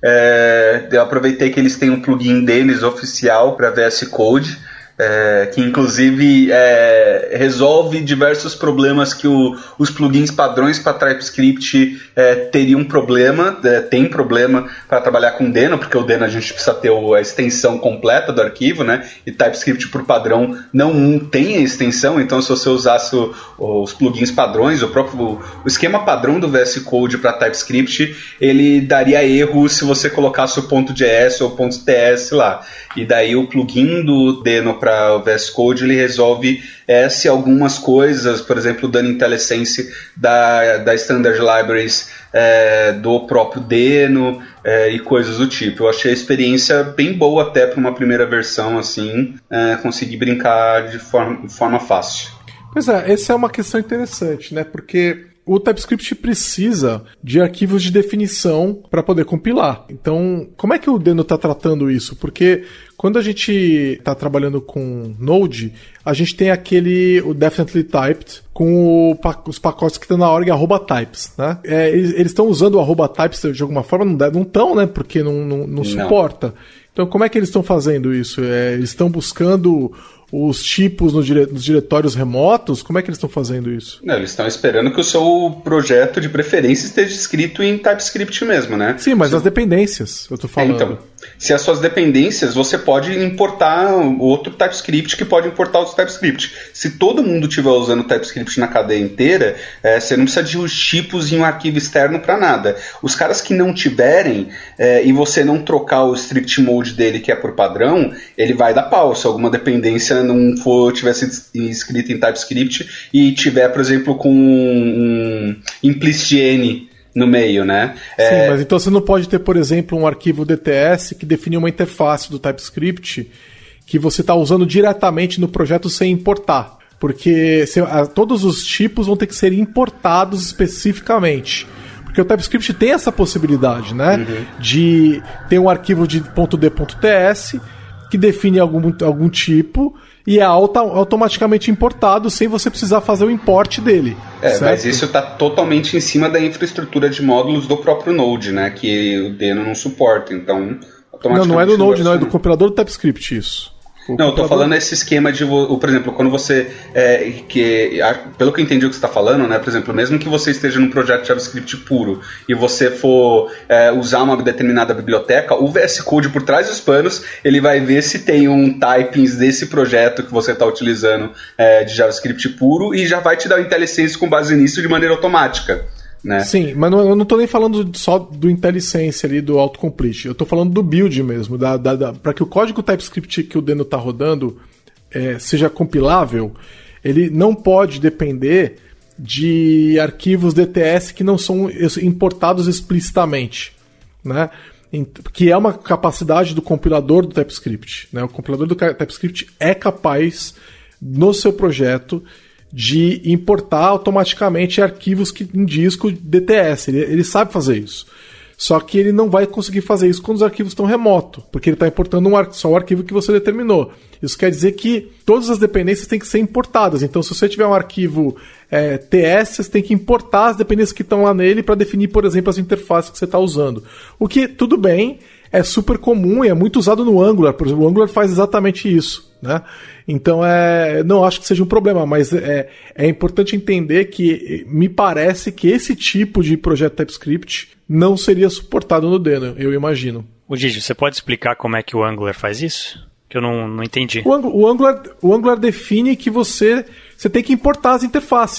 Eu aproveitei que eles têm um plugin deles oficial para VS Code, que inclusive resolve diversos problemas que os plugins padrões para TypeScript teriam problema, tem problema para trabalhar com Deno, porque o Deno a gente precisa ter a extensão completa do arquivo, né? E TypeScript por padrão não tem a extensão, então se você usasse os plugins padrões, o esquema padrão do VS Code para TypeScript, ele daria erro se você colocasse o .js ou o .ts lá. E daí o plugin do Deno para o VS Code, ele resolve se algumas coisas, por exemplo, dando IntelliSense da Standard Libraries do próprio Deno e coisas do tipo. Eu achei a experiência bem boa até para uma primeira versão, assim, consegui brincar de forma fácil. Pois essa é uma questão interessante, né? Porque o TypeScript precisa de arquivos de definição para poder compilar. Então, como é que o Deno está tratando isso? Porque quando a gente está trabalhando com Node, a gente tem o Definitely Typed com os pacotes que estão na org @types, né? Eles estão usando o @types de alguma forma? Não estão, né? Porque não suporta. Então, como é que eles estão fazendo isso? Eles estão buscando os tipos nos diretórios remotos? Como é que eles estão fazendo isso? Não, eles estão esperando que o seu projeto de preferência esteja escrito em TypeScript mesmo, né? Sim, mas as dependências, eu tô falando. Então, se as suas dependências, você pode importar outro TypeScript que pode importar outro TypeScript. Se todo mundo estiver usando TypeScript na cadeia inteira, você não precisa de os tipos em um arquivo externo para nada. Os caras que não tiverem, e você não trocar o strict mode dele, que é por padrão, ele vai dar pau. Se alguma dependência não tivesse escrito em TypeScript e tiver, por exemplo, com um implicit N no meio, né? Sim, mas então você não pode ter, por exemplo, um arquivo DTS que define uma interface do TypeScript que você está usando diretamente no projeto sem importar. Porque todos os tipos vão ter que ser importados especificamente. Porque o TypeScript tem essa possibilidade, né? De ter um arquivo de .d.ts que define algum tipo e é automaticamente importado sem você precisar fazer o import dele. Mas isso está totalmente em cima da infraestrutura de módulos do próprio Node, né? Que o Deno não suporta, então automaticamente... Não é do Node, não, é do compilador do TypeScript isso. Não, eu tô falando esse esquema de, por exemplo, quando você, pelo que eu entendi o que você está falando, né, por exemplo, mesmo que você esteja num projeto JavaScript puro e você for usar uma determinada biblioteca, o VS Code por trás dos panos, ele vai ver se tem um typings desse projeto que você está utilizando de JavaScript puro e já vai te dar o IntelliSense com base nisso de maneira automática. Né? Sim, mas eu não tô nem falando só do IntelliSense ali, do autocomplete. Eu tô falando do build mesmo, para que o código TypeScript que o Deno tá rodando seja compilável, ele não pode depender de arquivos DTS que não são importados explicitamente, né? Que é uma capacidade do compilador do TypeScript, né? O compilador do TypeScript é capaz, no seu projeto, de importar automaticamente arquivos em disco DTS. Ele sabe fazer isso. Só que ele não vai conseguir fazer isso quando os arquivos estão remotos, porque ele está importando só o arquivo que você determinou. Isso quer dizer que todas as dependências têm que ser importadas. Então, se você tiver um arquivo TS, você tem que importar as dependências que estão lá nele para definir, por exemplo, as interfaces que você está usando. O que, tudo bem, é super comum e é muito usado no Angular. Por exemplo, o Angular faz exatamente isso, né? Então, não acho que seja um problema, mas é importante entender que me parece que esse tipo de projeto TypeScript não seria suportado no Deno, eu imagino. O Gigi, você pode explicar como é que o Angular faz isso? Que eu não entendi. O Angular define que você tem que importar as interfaces.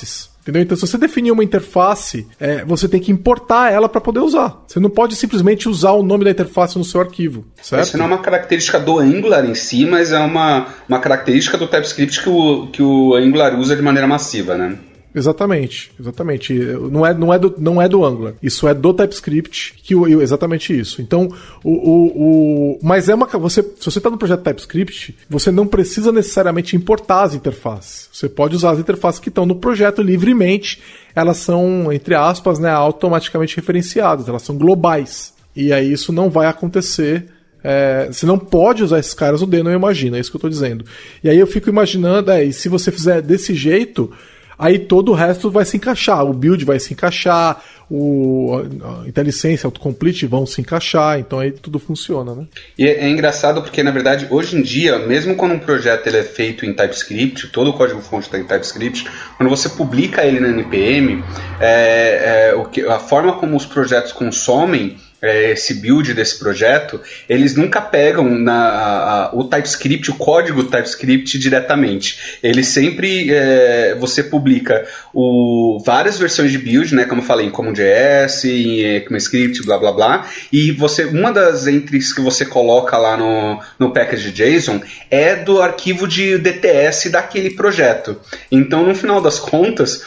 Entendeu? Então, se você definir uma interface, você tem que importar ela para poder usar. Você não pode simplesmente usar o nome da interface no seu arquivo, certo? Isso não é uma característica do Angular em si, mas é uma característica do TypeScript que o Angular usa de maneira massiva, né? Exatamente. Não é do Angular. Isso é do TypeScript, exatamente isso. Então, mas se você está no projeto TypeScript, você não precisa necessariamente importar as interfaces. Você pode usar as interfaces que estão no projeto livremente. Elas são, entre aspas, né, automaticamente referenciadas. Elas são globais. E aí isso não vai acontecer. Você não pode usar esses caras no Deno, eu imagino. É isso que eu estou dizendo. E aí eu fico imaginando, e se você fizer desse jeito, aí todo o resto vai se encaixar. O build vai se encaixar, a IntelliSense, autocomplete vão se encaixar, então aí tudo funciona, né? E é engraçado porque, na verdade, hoje em dia, mesmo quando um projeto ele é feito em TypeScript, todo o código-fonte está em TypeScript, quando você publica ele na NPM, a forma como os projetos consomem esse build desse projeto, eles nunca pegam o TypeScript, o código TypeScript diretamente. Eles sempre, você publica várias versões de build, né, como eu falei, em CommonJS, em ECMAScript, blá blá blá, e uma das entries que você coloca lá no package JSON é do arquivo de DTS daquele projeto. Então, no final das contas,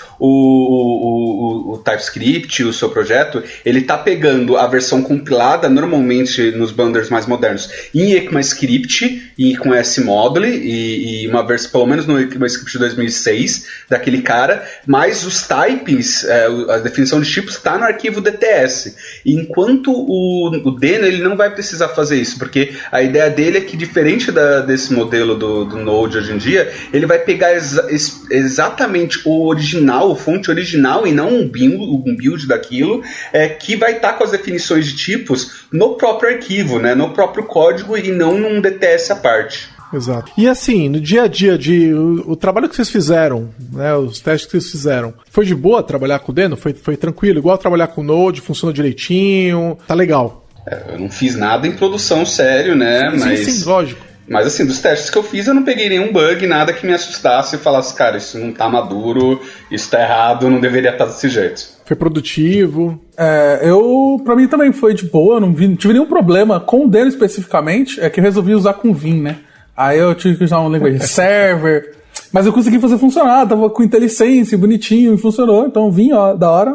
o TypeScript, o seu projeto, ele está pegando a versão compilada normalmente nos bundlers mais modernos em ECMAScript e com S-Module e uma versão, pelo menos no ECMAScript 2006 daquele cara, mas os types, a definição de tipos está no arquivo DTS, enquanto o Deno ele não vai precisar fazer isso, porque a ideia dele é que, diferente desse modelo do Node hoje em dia, ele vai pegar exatamente o original, a fonte original, e não um build daquilo, que vai estar com as definições de tipos no próprio arquivo, né, no próprio código, e não num DTS à parte. Exato. E assim, no dia a dia, o trabalho que vocês fizeram, né, os testes que vocês fizeram, foi de boa trabalhar com o Deno? Foi tranquilo? Igual trabalhar com o Node, funciona direitinho, tá legal? Eu não fiz nada em produção sério, né, sim, lógico. Mas assim, dos testes que eu fiz, eu não peguei nenhum bug, nada que me assustasse e falasse, cara, isso não tá maduro, isso tá errado, não deveria estar desse jeito. Foi produtivo? Pra mim também foi de boa, não tive nenhum problema com o Deno especificamente, que eu resolvi usar com Vim, né? Aí eu tive que usar um language server, mas eu consegui fazer funcionar, tava com IntelliSense, bonitinho, e funcionou, então Vim, ó, da hora.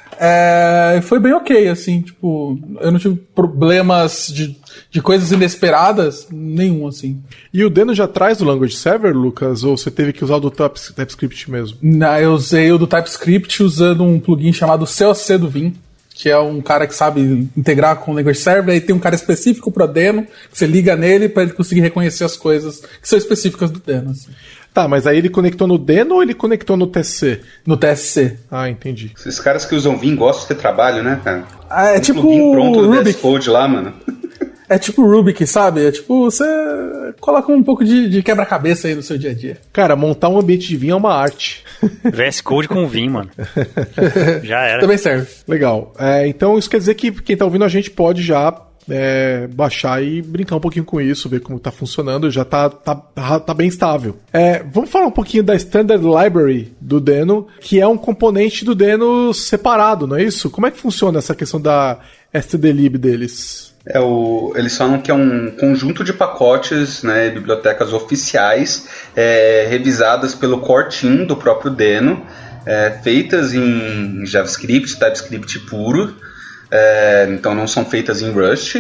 Foi bem ok, assim, tipo, eu não tive problemas de coisas inesperadas, nenhum, assim. E o Deno já traz o Language Server, Lucas, ou você teve que usar o do TypeScript mesmo? Não, eu usei o do TypeScript usando um plugin chamado COC do Vim, que é um cara que sabe integrar com o Language Server, aí tem um cara específico para Deno, que você liga nele para ele conseguir reconhecer as coisas que são específicas do Deno, assim. Tá, mas aí ele conectou no Deno ou ele conectou no TSC? No TSC. Ah, entendi. Esses caras que usam Vim gostam de ter trabalho, né, cara? É tipo pronto do Ruby. VS Code lá, mano. É tipo Rubik, sabe? É tipo, você coloca um pouco de quebra-cabeça aí no seu dia a dia. Cara, montar um ambiente de Vim é uma arte. VS Code com Vim, mano. Já era. Também serve. Legal. Então isso quer dizer que quem tá ouvindo a gente pode já baixar e brincar um pouquinho com isso, ver como tá funcionando, já tá bem estável. Vamos falar um pouquinho da Standard Library do Deno, que é um componente do Deno separado, não é isso? Como é que funciona essa questão da stdlib deles? Eles falam que é um conjunto de pacotes, né, bibliotecas oficiais, revisadas pelo core team do próprio Deno, feitas em JavaScript, TypeScript puro, então não são feitas em Rust,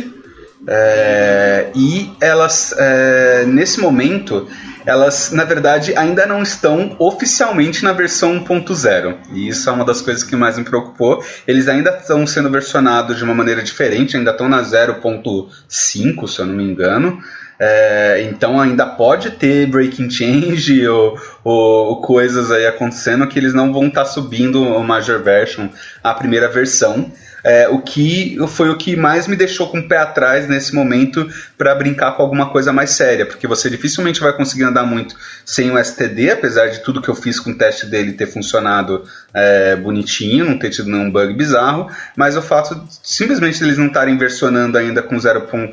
e elas, nesse momento, elas, na verdade, ainda não estão oficialmente na versão 1.0. E isso é uma das coisas que mais me preocupou. Eles ainda estão sendo versionados de uma maneira diferente, ainda estão na 0.5, se eu não me engano. Então ainda pode ter breaking change ou coisas aí acontecendo que eles não vão estar subindo o major version, a primeira versão. O que foi o que mais me deixou com o pé atrás nesse momento para brincar com alguma coisa mais séria, porque você dificilmente vai conseguir andar muito sem o STD, apesar de tudo que eu fiz com o teste dele ter funcionado bonitinho, não ter tido nenhum bug bizarro, mas o fato de simplesmente eles não estarem versionando ainda com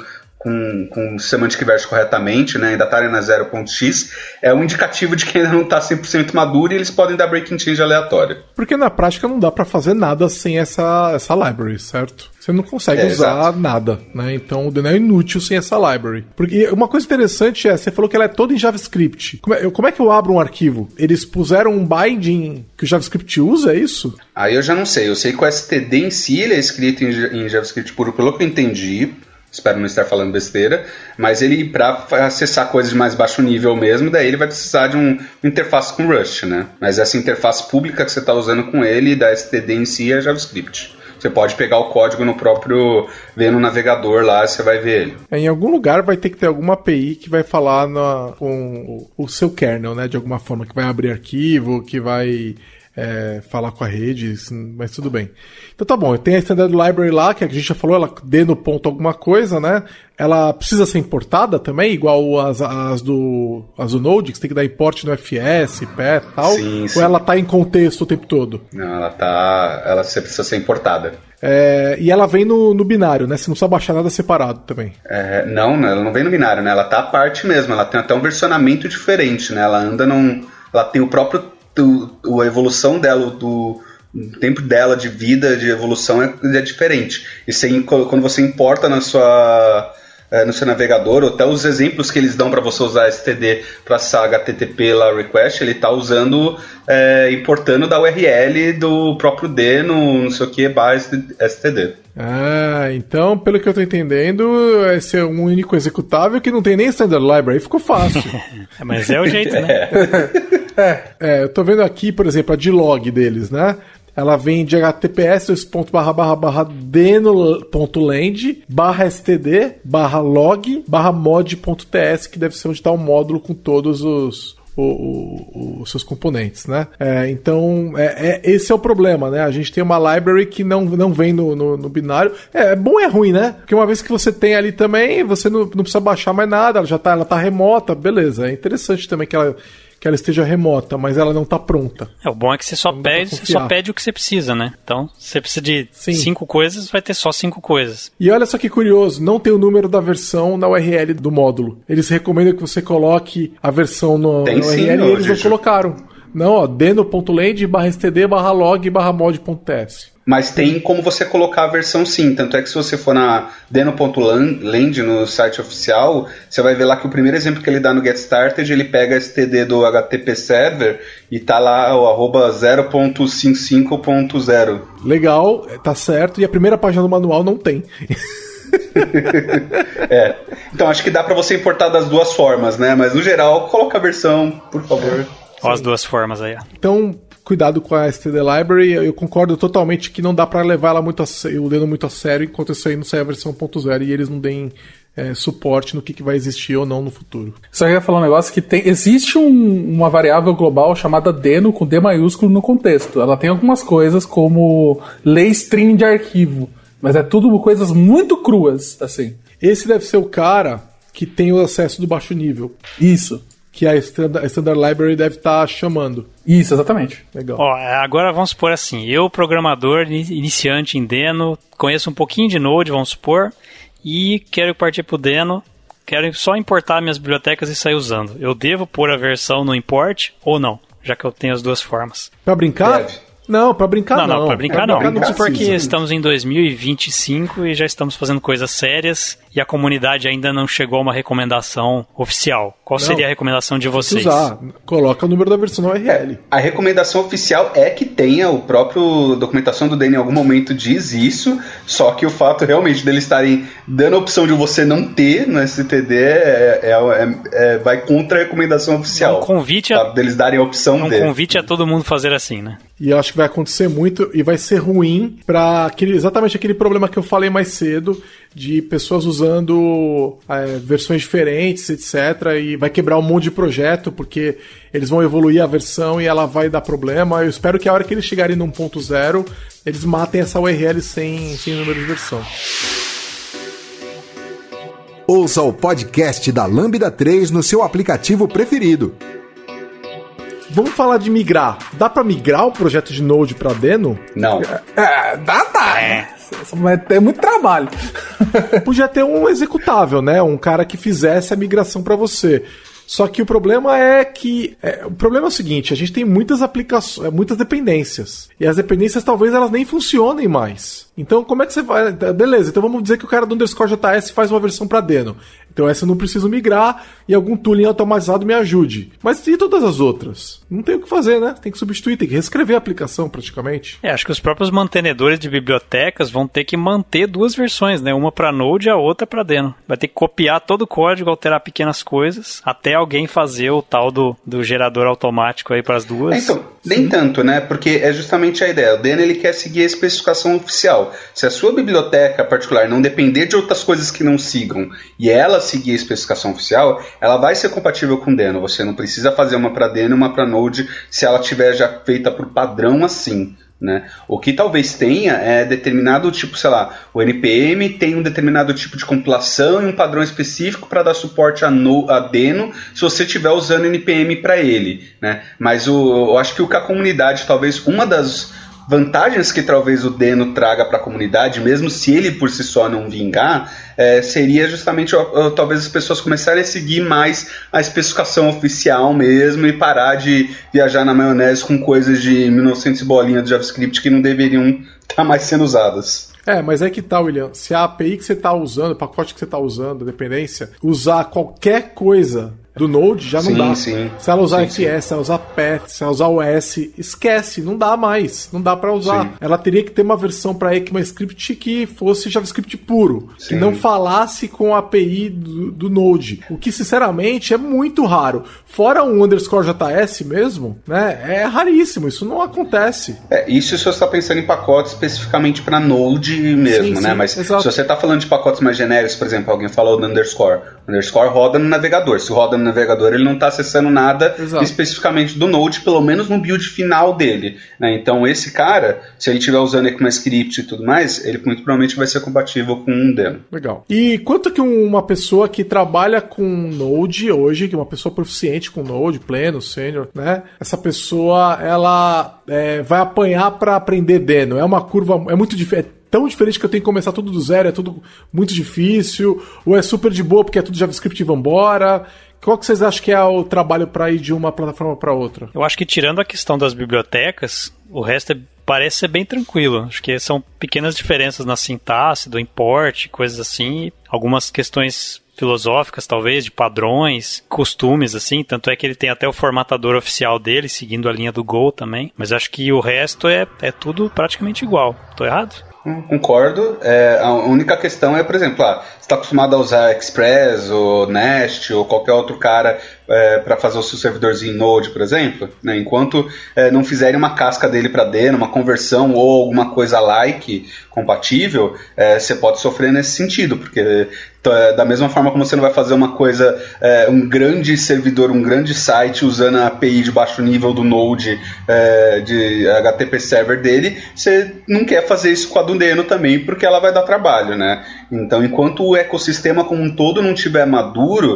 com Semantic Verse corretamente, né, ainda estarem na 0.x, é um indicativo de que ainda não está 100% maduro e eles podem dar breaking change aleatório. Porque na prática não dá para fazer nada sem essa library, certo? Você não consegue usar nada, né? Então o Deno é inútil sem essa library. Porque uma coisa interessante você falou que ela é toda em JavaScript. Como é que eu abro um arquivo? Eles puseram um binding que o JavaScript usa, é isso? Aí eu já não sei. Eu sei que o STD em si ele é escrito em JavaScript puro, pelo que eu entendi. Espero não estar falando besteira, mas ele, para acessar coisas de mais baixo nível mesmo, daí ele vai precisar de uma interface com Rust, né? Mas essa interface pública que você está usando com ele, da STD em si, é JavaScript. Você pode pegar o código no próprio, ver no navegador lá, você vai ver ele. Em algum lugar vai ter que ter alguma API que vai falar com o seu kernel, né? De alguma forma, que vai abrir arquivo, que vai... falar com a rede, mas tudo bem. Então tá bom, tem a Standard Library lá, que a gente já falou, ela dê no ponto alguma coisa, né? Ela precisa ser importada também, igual as do Node, que você tem que dar import no FS, PET e tal? Sim. Ou ela tá em contexto o tempo todo? Não, ela precisa ser importada. E ela vem no binário, né? Você não precisa baixar nada separado também. Não, ela não vem no binário, né? Ela tá à parte mesmo, ela tem até um versionamento diferente, né? Ela anda ela tem o próprio a evolução dela, o tempo dela de vida, de evolução é diferente. E quando você importa no seu navegador, ou até os exemplos que eles dão para você usar STD para essa HTTP lá, request, ele está usando, importando da URL do próprio Deno, não sei o que, barra STD. Então, pelo que eu tô entendendo, esse é um único executável que não tem nem Standard Library, aí ficou fácil. Mas é o jeito, né? Eu tô vendo aqui, por exemplo, a de-log deles, né? Ela vem de https://deno.land/std/log/mod.ts, que deve ser onde está o módulo com todos os seus componentes, né? Então, esse é o problema, né? A gente tem uma library que não vem no binário. É bom e é ruim, né? Porque uma vez que você tem ali também, você não precisa baixar mais nada, ela tá remota, beleza. É interessante também que ela esteja remota, mas ela não está pronta. O bom é que você só pede o que você precisa, né? Então, se você precisa de 5 coisas, vai ter só 5 coisas. E olha só que curioso, não tem o número da versão na URL do módulo. Eles recomendam que você coloque a versão na URL e eles não colocaram. Não, deno.land/std/log/mod.ts. Mas tem como você colocar a versão sim, tanto é que se você for na deno.land no site oficial, você vai ver lá que o primeiro exemplo que ele dá no Get Started, ele pega a STD do HTTP Server e tá lá o @0.55.0. Legal, tá certo, e a primeira página do manual não tem. Então acho que dá pra você importar das duas formas, né? Mas no geral, coloca a versão, por favor. Olha as duas formas aí. Então, cuidado com a STD Library. Eu concordo totalmente que não dá pra levar ela o Deno muito a sério enquanto isso aí não sair a versão 1.0 e eles não deem suporte no que vai existir ou não no futuro. Só ia falar um negócio que existe uma variável global chamada Deno com D maiúsculo no contexto. Ela tem algumas coisas como ler string de arquivo, mas é tudo coisas muito cruas, assim. Esse deve ser o cara que tem o acesso do baixo nível. Isso. Que a Standard Library deve estar chamando. Isso, exatamente. Legal. Agora vamos supor assim, eu, programador iniciante em Deno, conheço um pouquinho de Node, vamos supor, e quero partir para o Deno, quero só importar minhas bibliotecas e sair usando. Eu devo pôr a versão no import ou não? Já que eu tenho as duas formas. Para brincar? Não, pra brincar não. Não, pra brincar não. Vamos supor que estamos em 2025 e já estamos fazendo coisas sérias e a comunidade ainda não chegou a uma recomendação oficial. Qual seria a recomendação de vocês? Coloca o número da versão na URL. A recomendação oficial é que tenha, o próprio documentação do Deno em algum momento diz isso, só que o fato realmente deles estarem dando a opção de você não ter no STD vai contra a recomendação oficial. Um convite deles darem a opção Um convite a todo mundo fazer assim, né? E eu acho que vai acontecer muito e vai ser ruim para exatamente aquele problema que eu falei mais cedo, de pessoas usando versões diferentes, etc. E vai quebrar um monte de projeto, porque eles vão evoluir a versão e ela vai dar problema. Eu espero que a hora que eles chegarem no 1.0, eles matem essa URL sem número de versão. Ouça o podcast da Lambda 3 no seu aplicativo preferido. vamos falar de migrar. Dá pra migrar um projeto de Node pra Deno? Não. Dá. Vai ter muito trabalho. Podia ter um executável, né? Um cara que fizesse a migração pra você. Só que o problema é que... o problema é o seguinte, a gente tem muitas aplicações, muitas dependências. E as dependências talvez elas nem funcionem mais. Então como é que você vai... Beleza, então vamos dizer que o cara do underscore JS faz uma versão para Deno. Então essa eu não preciso migrar e algum tooling automatizado me ajude. Mas e todas as outras? Não tem o que fazer, né? Tem que substituir, tem que reescrever a aplicação praticamente. Acho que os próprios mantenedores de bibliotecas vão ter que manter duas versões, né? Uma para Node e a outra para Deno. Vai ter que copiar todo o código, alterar pequenas coisas, até alguém fazer o tal do gerador automático aí para as duas. Então, nem tanto, né? Porque é justamente a ideia. O Deno ele quer seguir a especificação oficial. Se a sua biblioteca particular não depender de outras coisas que não sigam e ela seguir a especificação oficial, ela vai ser compatível com Deno. Você não precisa fazer uma para Deno e uma para Node se ela tiver já feita por padrão assim, né? O que talvez tenha é determinado tipo, sei lá, o NPM tem um determinado tipo de compilação e um padrão específico para dar suporte a Deno se você estiver usando NPM para ele, né? Mas eu acho que o que a comunidade, talvez uma das vantagens que talvez o Deno traga para a comunidade, mesmo se ele por si só não vingar, seria justamente talvez as pessoas começarem a seguir mais a especificação oficial mesmo e parar de viajar na maionese com coisas de 1900 bolinha de JavaScript que não deveriam estar mais sendo usadas. Mas é que tá, William, se a API que você está usando, o pacote que você está usando, a dependência, usar qualquer coisa do Node, já não dá. Sim. Se ela usar FS, se ela usar Path, se ela usar OS, esquece, não dá mais, não dá pra usar. Sim. Ela teria que ter uma versão para ECMAScript que fosse JavaScript puro, que não falasse com a API do Node, o que sinceramente é muito raro. Fora um underscore JS mesmo, né, é raríssimo, isso não acontece. Isso se você está pensando em pacotes especificamente para Node mesmo, né, mas exato. Se você está falando de pacotes mais genéricos, por exemplo, alguém falou do underscore, o underscore roda no navegador, se roda no navegador, ele não está acessando nada especificamente do Node, pelo menos no build final dele, né? Então esse cara, se ele estiver usando ECMAScript e tudo mais, ele muito provavelmente vai ser compatível com um Deno. Legal. E quanto que uma pessoa que trabalha com Node hoje, que é uma pessoa proficiente com Node, pleno, sênior, né? Essa pessoa, ela vai apanhar para aprender Deno. É uma curva, é muito diferente. Tão diferente que eu tenho que começar tudo do zero, é tudo muito difícil, ou é super de boa porque é tudo JavaScript e vambora. Qual que vocês acham que é o trabalho para ir de uma plataforma para outra? Eu acho que tirando a questão das bibliotecas, o resto parece ser bem tranquilo. Acho que são pequenas diferenças na sintaxe, do import, coisas assim, algumas questões filosóficas, talvez, de padrões, costumes, assim, tanto é que ele tem até o formatador oficial dele, seguindo a linha do Go também, mas acho que o resto é tudo praticamente igual. Tô errado? Concordo. A única questão é, por exemplo, você está acostumado a usar Express ou Nest ou qualquer outro cara para fazer o seu servidorzinho Node, por exemplo, né? Enquanto não fizerem uma casca dele para Deno, uma conversão ou alguma coisa like compatível, você pode sofrer nesse sentido, porque da mesma forma como você não vai fazer uma coisa, um grande servidor, um grande site usando a API de baixo nível do Node, de HTTP server dele, você não quer fazer isso com a do Deno também, porque ela vai dar trabalho, né? Então, enquanto o ecossistema como um todo não estiver maduro,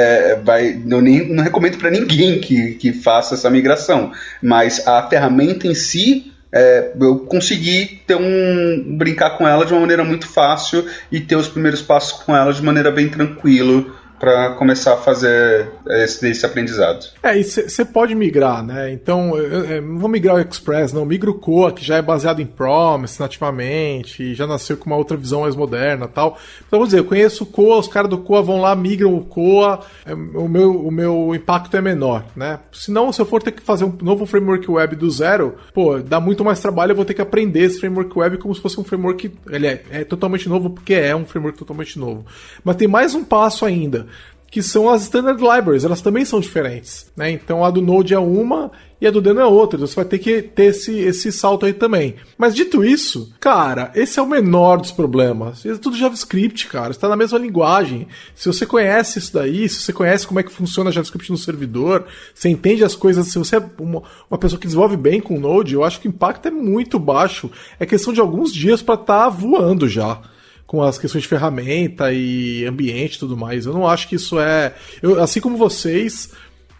eu não recomendo para ninguém que faça essa migração, mas a ferramenta em si, eu consegui brincar com ela de uma maneira muito fácil e ter os primeiros passos com ela de maneira bem tranquila para começar a fazer esse aprendizado. E você pode migrar, né? Então, eu não vou migrar o Express, não. Migra o Koa, que já é baseado em Promise nativamente, e já nasceu com uma outra visão mais moderna e tal. Então, vou dizer, eu conheço o Koa, os caras do Koa vão lá, migram o Koa, o meu impacto é menor, né? Senão, se eu for ter que fazer um novo framework web do zero, dá muito mais trabalho, eu vou ter que aprender esse framework web como se fosse um framework, ele é totalmente novo, porque é um framework totalmente novo. Mas tem mais um passo ainda, que são as Standard Libraries, elas também são diferentes, né? Então a do Node é uma e a do Deno é outra, então você vai ter que ter esse salto aí também. Mas dito isso, cara, esse é o menor dos problemas. É tudo JavaScript, cara, está na mesma linguagem. Se você conhece isso daí, se você conhece como é que funciona JavaScript no servidor, você entende as coisas, se você é uma pessoa que desenvolve bem com o Node, eu acho que o impacto é muito baixo. É questão de alguns dias para estar voando já, com as questões de ferramenta e ambiente e tudo mais. Eu não acho que isso assim como vocês,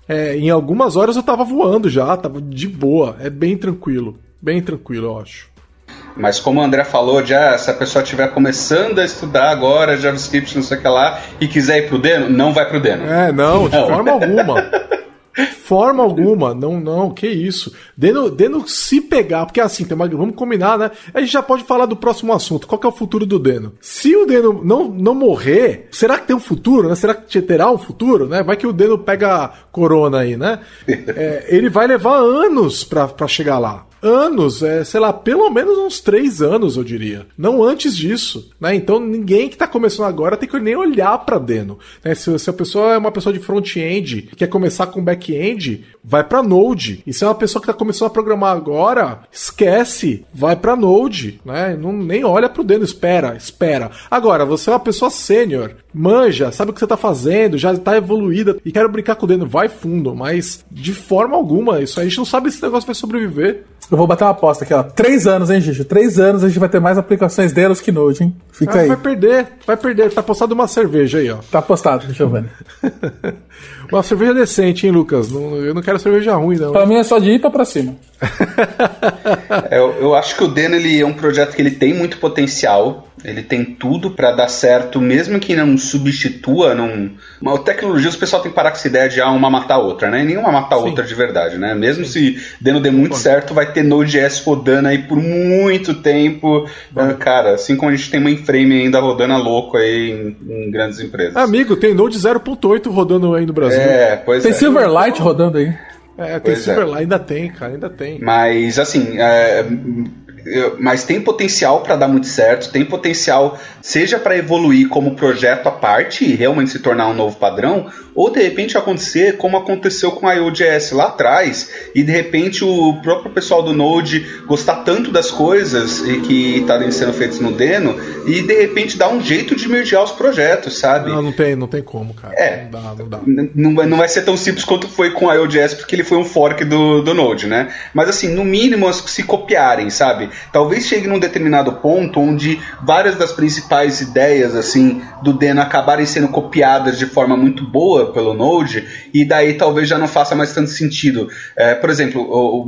Em algumas horas eu tava voando já, tava de boa. É bem tranquilo, eu acho. Mas como o André falou, já se a pessoa estiver começando a estudar agora JavaScript, não sei o que lá, e quiser ir pro Deno, não vai pro Deno. Não, de forma alguma. Forma alguma, não, que isso. Deno se pegar, porque assim, vamos combinar, né? A gente já pode falar do próximo assunto. Qual que é o futuro do Deno? Se o Deno não morrer, será que tem um futuro, né? Será que terá um futuro, né? Vai que o Deno pega corona aí, né? Ele vai levar anos pra chegar lá. Anos, sei lá, pelo menos uns 3 anos, eu diria. Não antes disso, né? Então ninguém que tá começando agora tem que nem olhar pra Deno, né? Se a pessoa é uma pessoa de front-end e quer começar com back-end, vai pra Node. E se é uma pessoa que tá começando a programar agora, esquece, vai pra Node, né? Nem olha pro Deno, espera. Agora, você é uma pessoa sênior, manja, sabe o que você tá fazendo, já tá evoluída e quer brincar com o Deno, vai fundo, mas de forma alguma, isso aí a gente não sabe se esse negócio vai sobreviver. Eu vou bater uma aposta aqui, ó. 3 anos, hein, Gigi? 3 anos a gente vai ter mais aplicações deles que Node, hein? Fica aí. Vai perder. Tá apostado uma cerveja aí, ó. Tá apostado, Giovanni. Uma cerveja decente, hein, Lucas? Eu não quero cerveja ruim, não. Pra mim é só de ir pra cima. Eu acho que o Deno ele é um projeto que ele tem muito potencial. Ele tem tudo pra dar certo, mesmo que não substitua. Uma tecnologia, os pessoal tem que parar com essa ideia de uma matar a outra, né? Nenhuma mata a outra de verdade, né? Mesmo se Deno der muito certo, vai ter Node.js rodando aí por muito tempo. Cara, assim como a gente tem mainframe ainda rodando a louco aí em grandes empresas. Amigo, tem Node 0.8 rodando aí no Brasil. Pois tem Silverlight rodando aí. Tem Silverlight, ainda tem, cara, ainda tem. Mas, assim, mas tem potencial para dar muito certo, tem potencial seja para evoluir como projeto à parte e realmente se tornar um novo padrão, ou de repente acontecer como aconteceu com a IOJS lá atrás, e de repente o próprio pessoal do Node gostar tanto das coisas que estão sendo feitas no Deno, e de repente dar um jeito de mergear os projetos, sabe? Não tem como, cara. Não dá. Não vai ser tão simples quanto foi com a IOJS, porque ele foi um fork do Node, né? Mas assim, no mínimo se copiarem, sabe? Talvez chegue num determinado ponto onde várias das principais ideias assim do Deno acabarem sendo copiadas de forma muito boa pelo Node, e daí talvez já não faça mais tanto sentido. Por exemplo,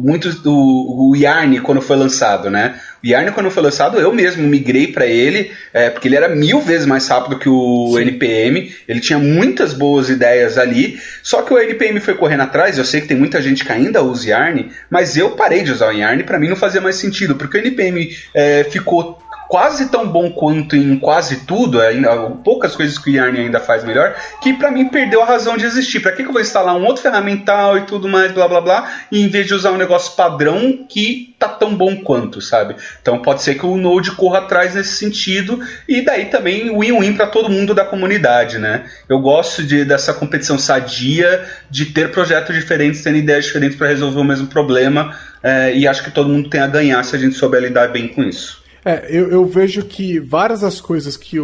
o Yarn quando foi lançado, né? O Yarn quando foi lançado, eu mesmo migrei para ele, porque ele era 1000 vezes mais rápido que o NPM, ele tinha muitas boas ideias ali, só que o NPM foi correndo atrás. Eu sei que tem muita gente que ainda usa Yarn, mas eu parei de usar o Yarn, para mim não fazia mais sentido, porque o NPM ficou quase tão bom quanto em quase tudo, poucas coisas que o Yarn ainda faz melhor, que pra mim perdeu a razão de existir. Pra que eu vou instalar um outro ferramental e tudo mais, blá blá blá, e em vez de usar um negócio padrão que tá tão bom quanto, sabe? Então pode ser que o Node corra atrás nesse sentido, e daí também win-win pra todo mundo da comunidade, né? Eu gosto dessa competição sadia, de ter projetos diferentes, tendo ideias diferentes pra resolver o mesmo problema, e acho que todo mundo tem a ganhar se a gente souber lidar bem com isso. Eu vejo que várias das coisas que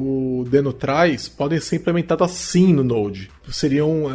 o Deno traz podem ser implementadas assim no Node. Seriam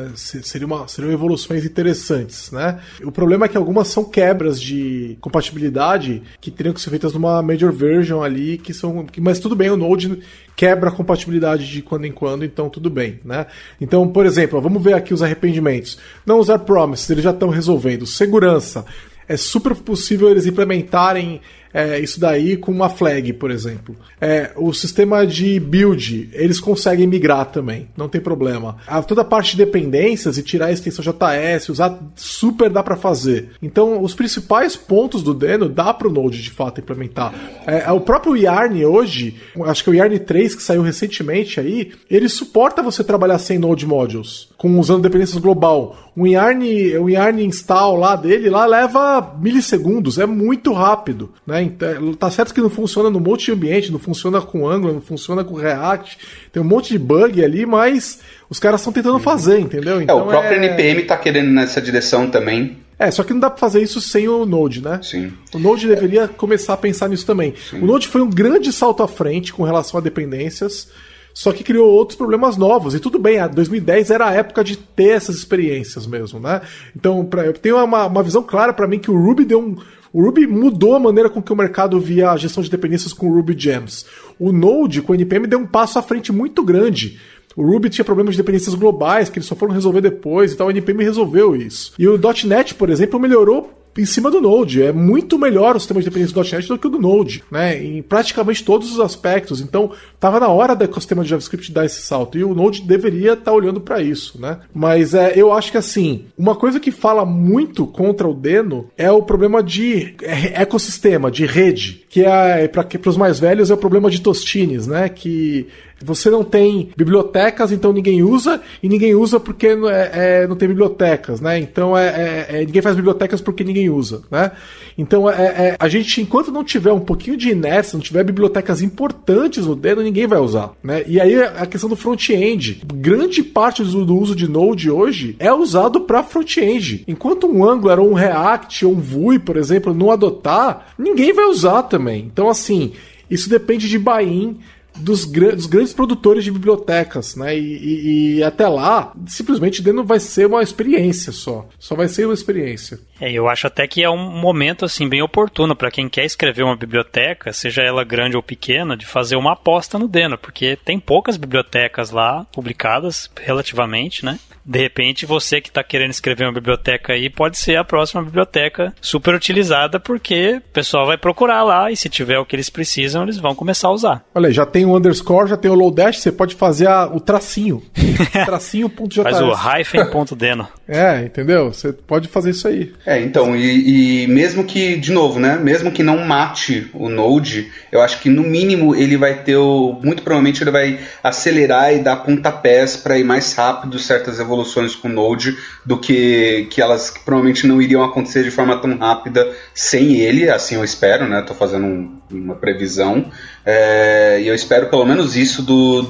evoluções interessantes, né? O problema é que algumas são quebras de compatibilidade que teriam que ser feitas numa major version ali, mas tudo bem, o Node quebra a compatibilidade de quando em quando, então tudo bem, né? Então, por exemplo, vamos ver aqui os arrependimentos. Não usar promises, eles já estão resolvendo. Segurança. É super possível eles implementarem isso daí com uma flag, por exemplo. O sistema de build, eles conseguem migrar também, não tem problema. Toda a parte de dependências e tirar a extensão JS, usar, super dá para fazer. Então, os principais pontos do Deno dá para o Node, de fato, implementar. O próprio Yarn hoje, acho que o Yarn 3, que saiu recentemente aí, ele suporta você trabalhar sem Node Modules, usando dependências global. O Yarn install lá dele leva milissegundos, é muito rápido, né? Tá certo que não funciona no multi-ambiente, não funciona com Angular, não funciona com React, tem um monte de bug ali, mas os caras estão tentando fazer, entendeu? Então, o próprio NPM tá querendo nessa direção também. Só que não dá pra fazer isso sem o Node, né? Sim. O Node deveria começar a pensar nisso também. Sim. O Node foi um grande salto à frente com relação a dependências, só que criou outros problemas novos. E tudo bem, 2010 era a época de ter essas experiências mesmo, né? Então, eu tenho uma visão clara para mim que o Ruby mudou a maneira com que o mercado via a gestão de dependências com o Ruby Gems. O Node, com o NPM, deu um passo à frente muito grande. O Ruby tinha problemas de dependências globais, que eles só foram resolver depois e tal, o NPM resolveu isso. E o .NET, por exemplo, melhorou em cima do Node. É muito melhor o sistema de dependência do .NET do que o do Node, né? Em praticamente todos os aspectos. Então, estava na hora do ecossistema de JavaScript dar esse salto. E o Node deveria estar olhando para isso, né? Mas eu acho que, assim, uma coisa que fala muito contra o Deno é o problema de ecossistema, de rede, que para os mais velhos é o problema de Tostines, né? Que você não tem bibliotecas, então ninguém usa, e ninguém usa porque não tem bibliotecas, né? Então ninguém faz bibliotecas porque ninguém usa, né? Então a gente, enquanto não tiver um pouquinho de inércia, não tiver bibliotecas importantes no Deno, ninguém vai usar, né? E aí a questão do front-end, grande parte do uso de Node hoje é usado para front-end. Enquanto um Angular ou um React ou um Vue, por exemplo, não adotar, ninguém vai usar também. Então, assim, isso depende de buy-in dos grandes produtores de bibliotecas, né? E até lá, simplesmente Deno vai ser uma experiência só vai ser uma experiência. Eu acho até que é um momento assim bem oportuno para quem quer escrever uma biblioteca, seja ela grande ou pequena, de fazer uma aposta no Deno, porque tem poucas bibliotecas lá publicadas, relativamente, né? De repente, você que está querendo escrever uma biblioteca aí, pode ser a próxima biblioteca super utilizada, porque o pessoal vai procurar lá e se tiver o que eles precisam, eles vão começar a usar. Olha, já tem o underscore, já tem o Lodash, você pode fazer o tracinho. tracinho.js. Faz o hyphen.deno. Entendeu? Você pode fazer isso aí. Então, e mesmo que, de novo, né, mesmo que não mate o Node, eu acho que no mínimo ele vai ter muito provavelmente ele vai acelerar e dar pontapés para ir mais rápido certas evoluções com o Node do que elas que provavelmente não iriam acontecer de forma tão rápida sem ele, assim eu espero, né, tô fazendo uma previsão, e eu espero pelo menos isso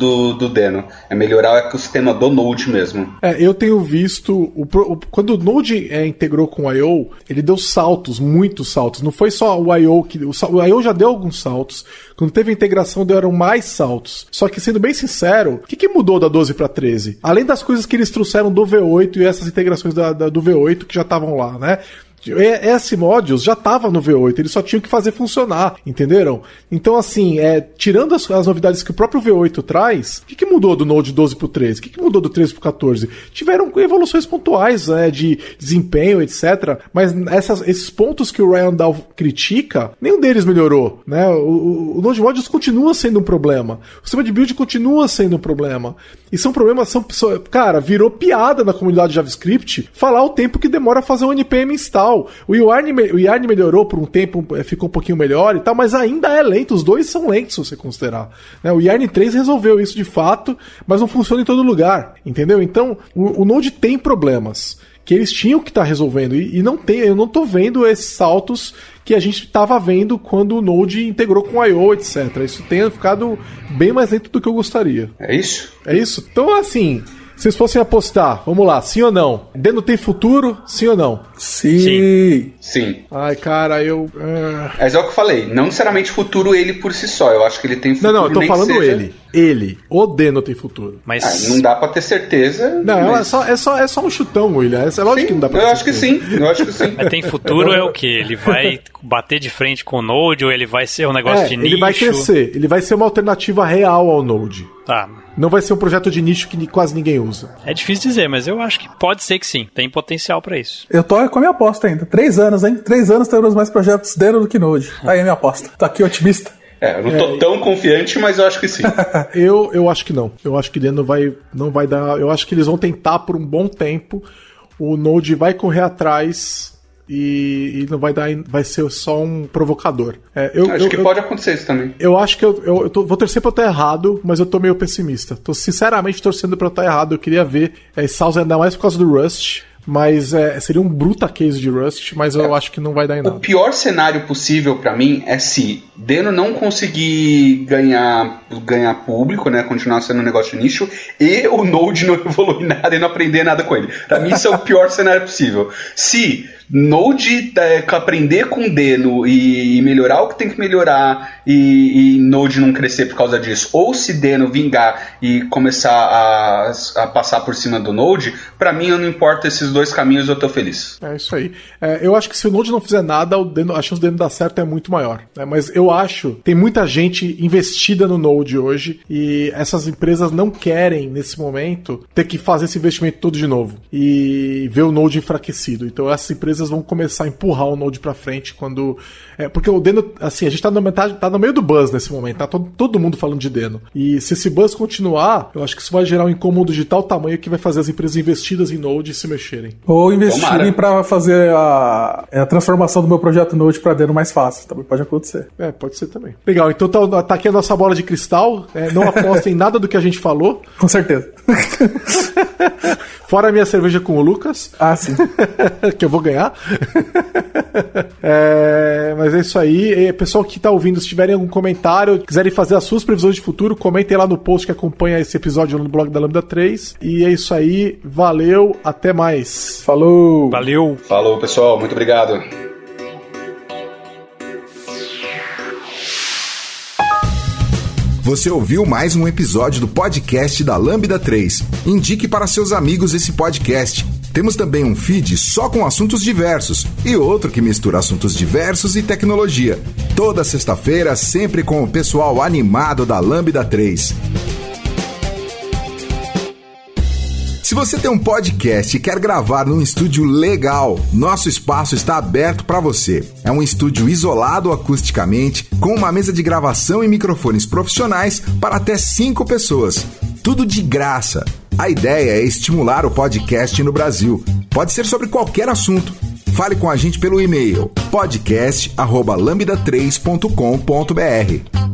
do Deno, é melhorar o ecossistema do Node mesmo. Eu tenho visto, quando o Node integrou com o I.O., ele deu saltos, muitos saltos, não foi só o I.O. O I.O. já deu alguns saltos, quando teve a integração deram mais saltos, só que sendo bem sincero, o que mudou da 12 para 13? Além das coisas que eles trouxeram do V8 e essas integrações do V8 que já estavam lá, né? Esse Modules já estava no V8, eles só tinham que fazer funcionar, entenderam? Então, assim, tirando as novidades que o próprio V8 traz, o que mudou do Node 12 para o 13? O que mudou do 13 para o 14? Tiveram evoluções pontuais, né, de desempenho, etc. Mas esses pontos que o Ryan Dahl critica, nenhum deles melhorou, né? O Node Modules continua sendo um problema. O sistema de build continua sendo um problema. E são problemas, cara, virou piada na comunidade JavaScript falar o tempo que demora a fazer um NPM install. O Yarn melhorou por um tempo, ficou um pouquinho melhor e tal, mas ainda é lento, os dois são lentos se você considerar, né? O Yarn 3 resolveu isso de fato, mas não funciona em todo lugar, entendeu? Então, o Node tem problemas que eles tinham que estar resolvendo e não tem, eu não estou vendo esses saltos que a gente estava vendo quando o Node integrou com o I.O., etc. Isso tem ficado bem mais lento do que eu gostaria. É isso? É isso? Então, assim, se vocês fossem apostar, vamos lá, sim ou não? Deno tem futuro, sim ou não? Sim. Ai, cara, Mas é o que eu falei, não necessariamente futuro ele por si só, eu acho que ele tem futuro. Não, eu tô falando ele. O Deno tem futuro. Mas não dá pra ter certeza. Não, mas... é só um chutão, William. É lógico que não dá pra ter certeza. Eu acho que sim. Mas tem futuro é o quê? Ele vai bater de frente com o Node ou ele vai ser um negócio de nicho? Ele vai crescer, ele vai ser uma alternativa real ao Node. Tá. Não vai ser um projeto de nicho que quase ninguém usa. É difícil dizer, mas eu acho que pode ser que sim. Tem potencial pra isso. Eu tô com a minha aposta ainda. 3 anos, hein? 3 anos teremos mais projetos Deno do que Node. Aí é a minha aposta. Tô aqui otimista. Eu não tô tão confiante, mas eu acho que sim. Eu acho que não. Eu acho que Deno não vai dar... Eu acho que eles vão tentar por um bom tempo. O Node vai correr atrás... E não vai ser só um provocador. Acho que pode acontecer isso também. Eu acho que vou torcer pra eu estar errado, mas eu tô meio pessimista. Tô sinceramente torcendo pra eu estar errado. Eu queria ver Salsa ainda mais por causa do Rust. Mas seria um bruta case de Rust, mas eu acho que não vai dar em nada. O pior cenário possível pra mim é se Deno não conseguir ganhar público, né, continuar sendo um negócio de nicho, e o Node não evoluir nada e não aprender nada com ele. Pra mim isso é o pior cenário possível. Se Node aprender com Deno e melhorar o que tem que melhorar e Node não crescer por causa disso, ou se Deno vingar e começar a passar por cima do Node, pra mim não importa esses dois caminhos eu tô feliz. É isso aí. Eu acho que se o Node não fizer nada, a chance dele dar certo é muito maior. Né? Mas eu acho, tem muita gente investida no Node hoje e essas empresas não querem, nesse momento, ter que fazer esse investimento todo de novo e ver o Node enfraquecido. Então essas empresas vão começar a empurrar o Node pra frente quando... porque o Deno, assim, a gente tá no meio do buzz nesse momento, tá todo mundo falando de Deno. E se esse buzz continuar, eu acho que isso vai gerar um incômodo de tal tamanho que vai fazer as empresas investidas em Node se mexerem. Ou investirem para fazer a transformação do meu projeto Node para Deno mais fácil. Também pode acontecer. Pode ser também. Legal, então tá aqui a nossa bola de cristal. Não apostem em nada do que a gente falou. Com certeza. Fora a minha cerveja com o Lucas. Ah, sim. Que eu vou ganhar. Mas é isso aí. Pessoal que tá ouvindo, se tiverem algum comentário, quiserem fazer as suas previsões de futuro, comentem lá no post que acompanha esse episódio no blog da Lambda 3. E é isso aí. Valeu. Até mais. Falou. Valeu. Falou, pessoal. Muito obrigado. Você ouviu mais um episódio do podcast da Lambda 3. Indique para seus amigos esse podcast. Temos também um feed só com assuntos diversos e outro que mistura assuntos diversos e tecnologia. Toda sexta-feira, sempre com o pessoal animado da Lambda 3. Se você tem um podcast e quer gravar num estúdio legal, nosso espaço está aberto para você. É um estúdio isolado acusticamente, com uma mesa de gravação e microfones profissionais para até 5 pessoas. Tudo de graça. A ideia é estimular o podcast no Brasil. Pode ser sobre qualquer assunto. Fale com a gente pelo e-mail podcast@lambda3.com.br.